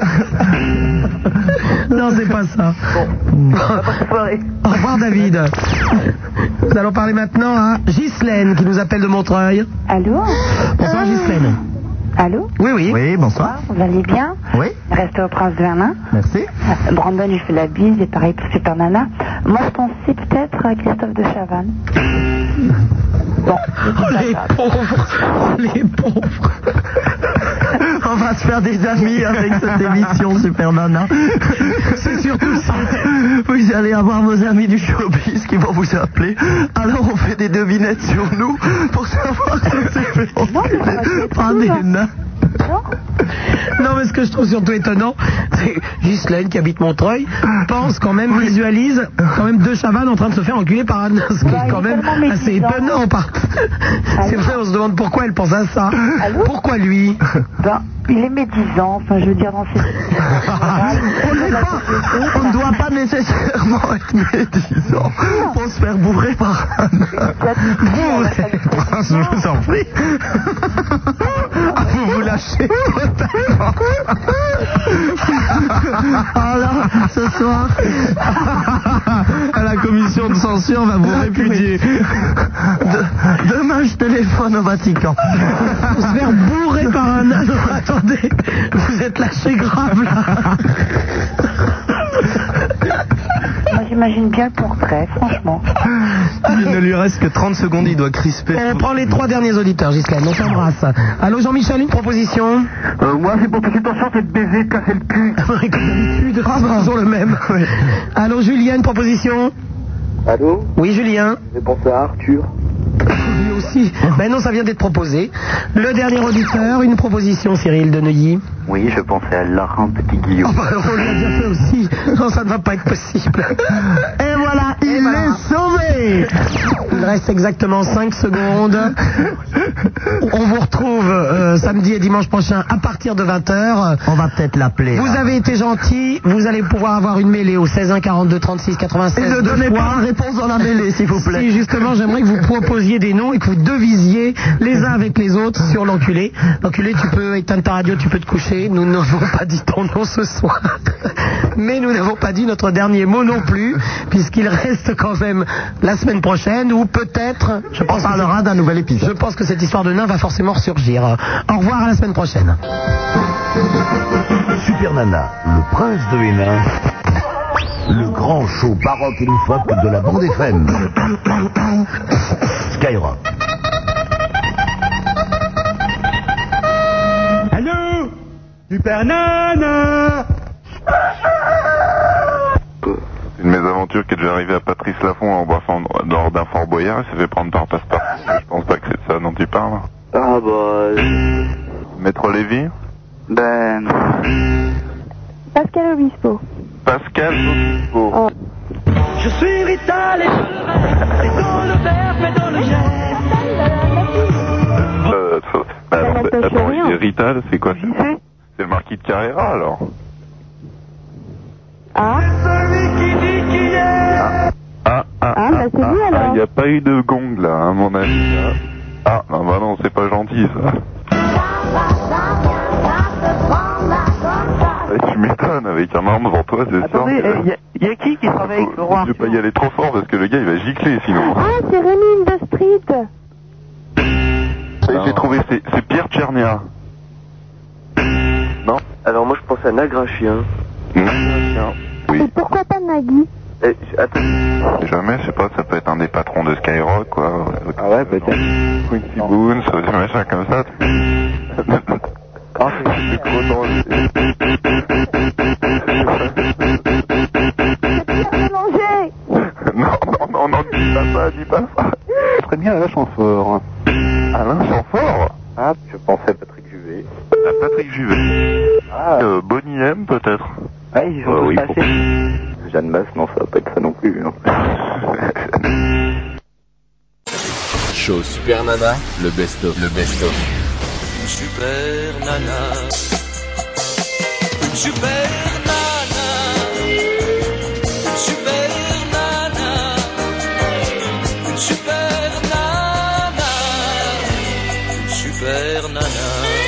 Non, c'est pas ça. Au revoir David. Nous allons parler maintenant à Ghislaine qui nous appelle de Montreuil. Allô? Bonsoir Ghislaine. Allô? Oui. Oui, bonsoir. Vous allez bien? Oui. Restez au Prince de Hénin. Merci. Brandon, il fait la bise, et pareil pour Super Nana. Moi, je pensais peut-être à Christophe de Chavannes. Bon. Les pauvres. On va se faire des amis avec cette émission Super Nana. C'est surtout ça. Vous allez avoir vos amis du showbiz qui vont vous appeler. Alors on fait des devinettes sur nous pour savoir si on s'est fait enculer par des nains. Non, mais ce que je trouve surtout étonnant, c'est Ghislaine qui habite Montreuil pense quand même, visualise quand même deux Chavannes en train de se faire enculer par un nain, ce qui est quand même assez étonnant. C'est vrai, on se demande pourquoi elle pense à ça. Pourquoi lui? Il est médisant, enfin je veux dire dans ses... On ne doit pas nécessairement être médisant pour se faire bourrer par un nain. Je vous en prie. Vous vous lâchez totalement. Alors, ce soir, Elle la commission de censure va vous répudier. Demain, je téléphone au Vatican. Pour se faire bourrer par un âne. Attendez, vous êtes lâché grave là. Moi, j'imagine bien le portrait, franchement. Il ne lui reste que 30 secondes, il doit crisper. On prend les 3 derniers auditeurs, Gisèle, on t'embrasse. Allô Jean-Michel, une proposition? Moi, c'est pour toute situation, c'est de baiser, de casser le cul. C'est toujours le même. Allô Julien, une proposition? Allô? Oui Julien. J'ai pensé à Arthur. Lui aussi. Ben non, ça vient d'être proposé. Le dernier auditeur, une proposition, Cyril de Neuilly. Oui, je pensais à Laurent Petit-Guillaume. On l'a déjà fait aussi. Non, ça ne va pas être possible. Et voilà, il est sauvé. Il reste exactement 5 secondes. On vous retrouve samedi et dimanche prochain à partir de 20h. On va peut-être l'appeler. Vous avez été gentil. Vous allez pouvoir avoir une mêlée au 16 1 42 36 96. Et ne donnez pas de réponse dans la mêlée, s'il vous plaît. Si, justement, j'aimerais que vous proposiez des noms et que vous devisiez les uns avec les autres sur l'enculé. L'enculé, tu peux éteindre ta radio, tu peux te coucher. Nous n'avons pas dit ton nom ce soir. Mais nous n'avons pas dit notre dernier mot non plus, puisqu'il reste quand même la semaine prochaine, ou peut-être, on parlera d'un nouvel épisode. Je pense que cette histoire de nain va forcément ressurgir. Au revoir, à la semaine prochaine. Super Nana, le prince de Hénin, le grand show baroque et loufoque de la bande FM. Skyrock. Allô, Super Nana. Une mésaventure qui est déjà arrivée à Patrice Laffont lors d'un Fort Boyard. Il s'est fait prendre par Passepartout. Je pense pas que c'est de ça dont tu parles. Ah bah... Maître Lévy? Ben... Pascal Obispo. Pascal Obispo. Oh. Je suis Rital et je rêve, dans le verbe et dans le geste. Attends, et Rital, c'est quoi? C'est le marquis de Carrera, alors? Ah. Bah c'est lui alors. Il n'y a pas eu de gong là, à mon avis. Là. Ah, non, bah non, c'est pas gentil ça. Tu m'étonnes, avec un arme devant toi, c'est ça. Attendez, y a qui travaille avec le roi? Je vais pas y aller trop fort parce que le gars il va gicler sinon. Ah, c'est Rémi Industries. J'ai trouvé, c'est Pierre Tchernia. Non? Alors moi je pensais à Nagrachien. Nagrachien, oui. Et pourquoi pas Nagui? Attends. Jamais, je sais pas, ça peut être un des patrons de Skyrock, quoi. Ah ouais, peut-être. Quincy Boone, ça des machins comme ça. Ah, c'est trop dangereux. Non, dis pas ça. Très bien, Alain Chamfort. Alain Chamfort? Ah, je pensais à Patrick Juvet. À Patrick Juvet. Ah. Bonnie M, peut-être. Ah, ils ont tous passé. Jeanne Masse, non, ça va pas être ça non plus. Hein. Show Super Nana, le best-of. Une super nana. Une super nana. Une super nana. Une super nana. Une super nana.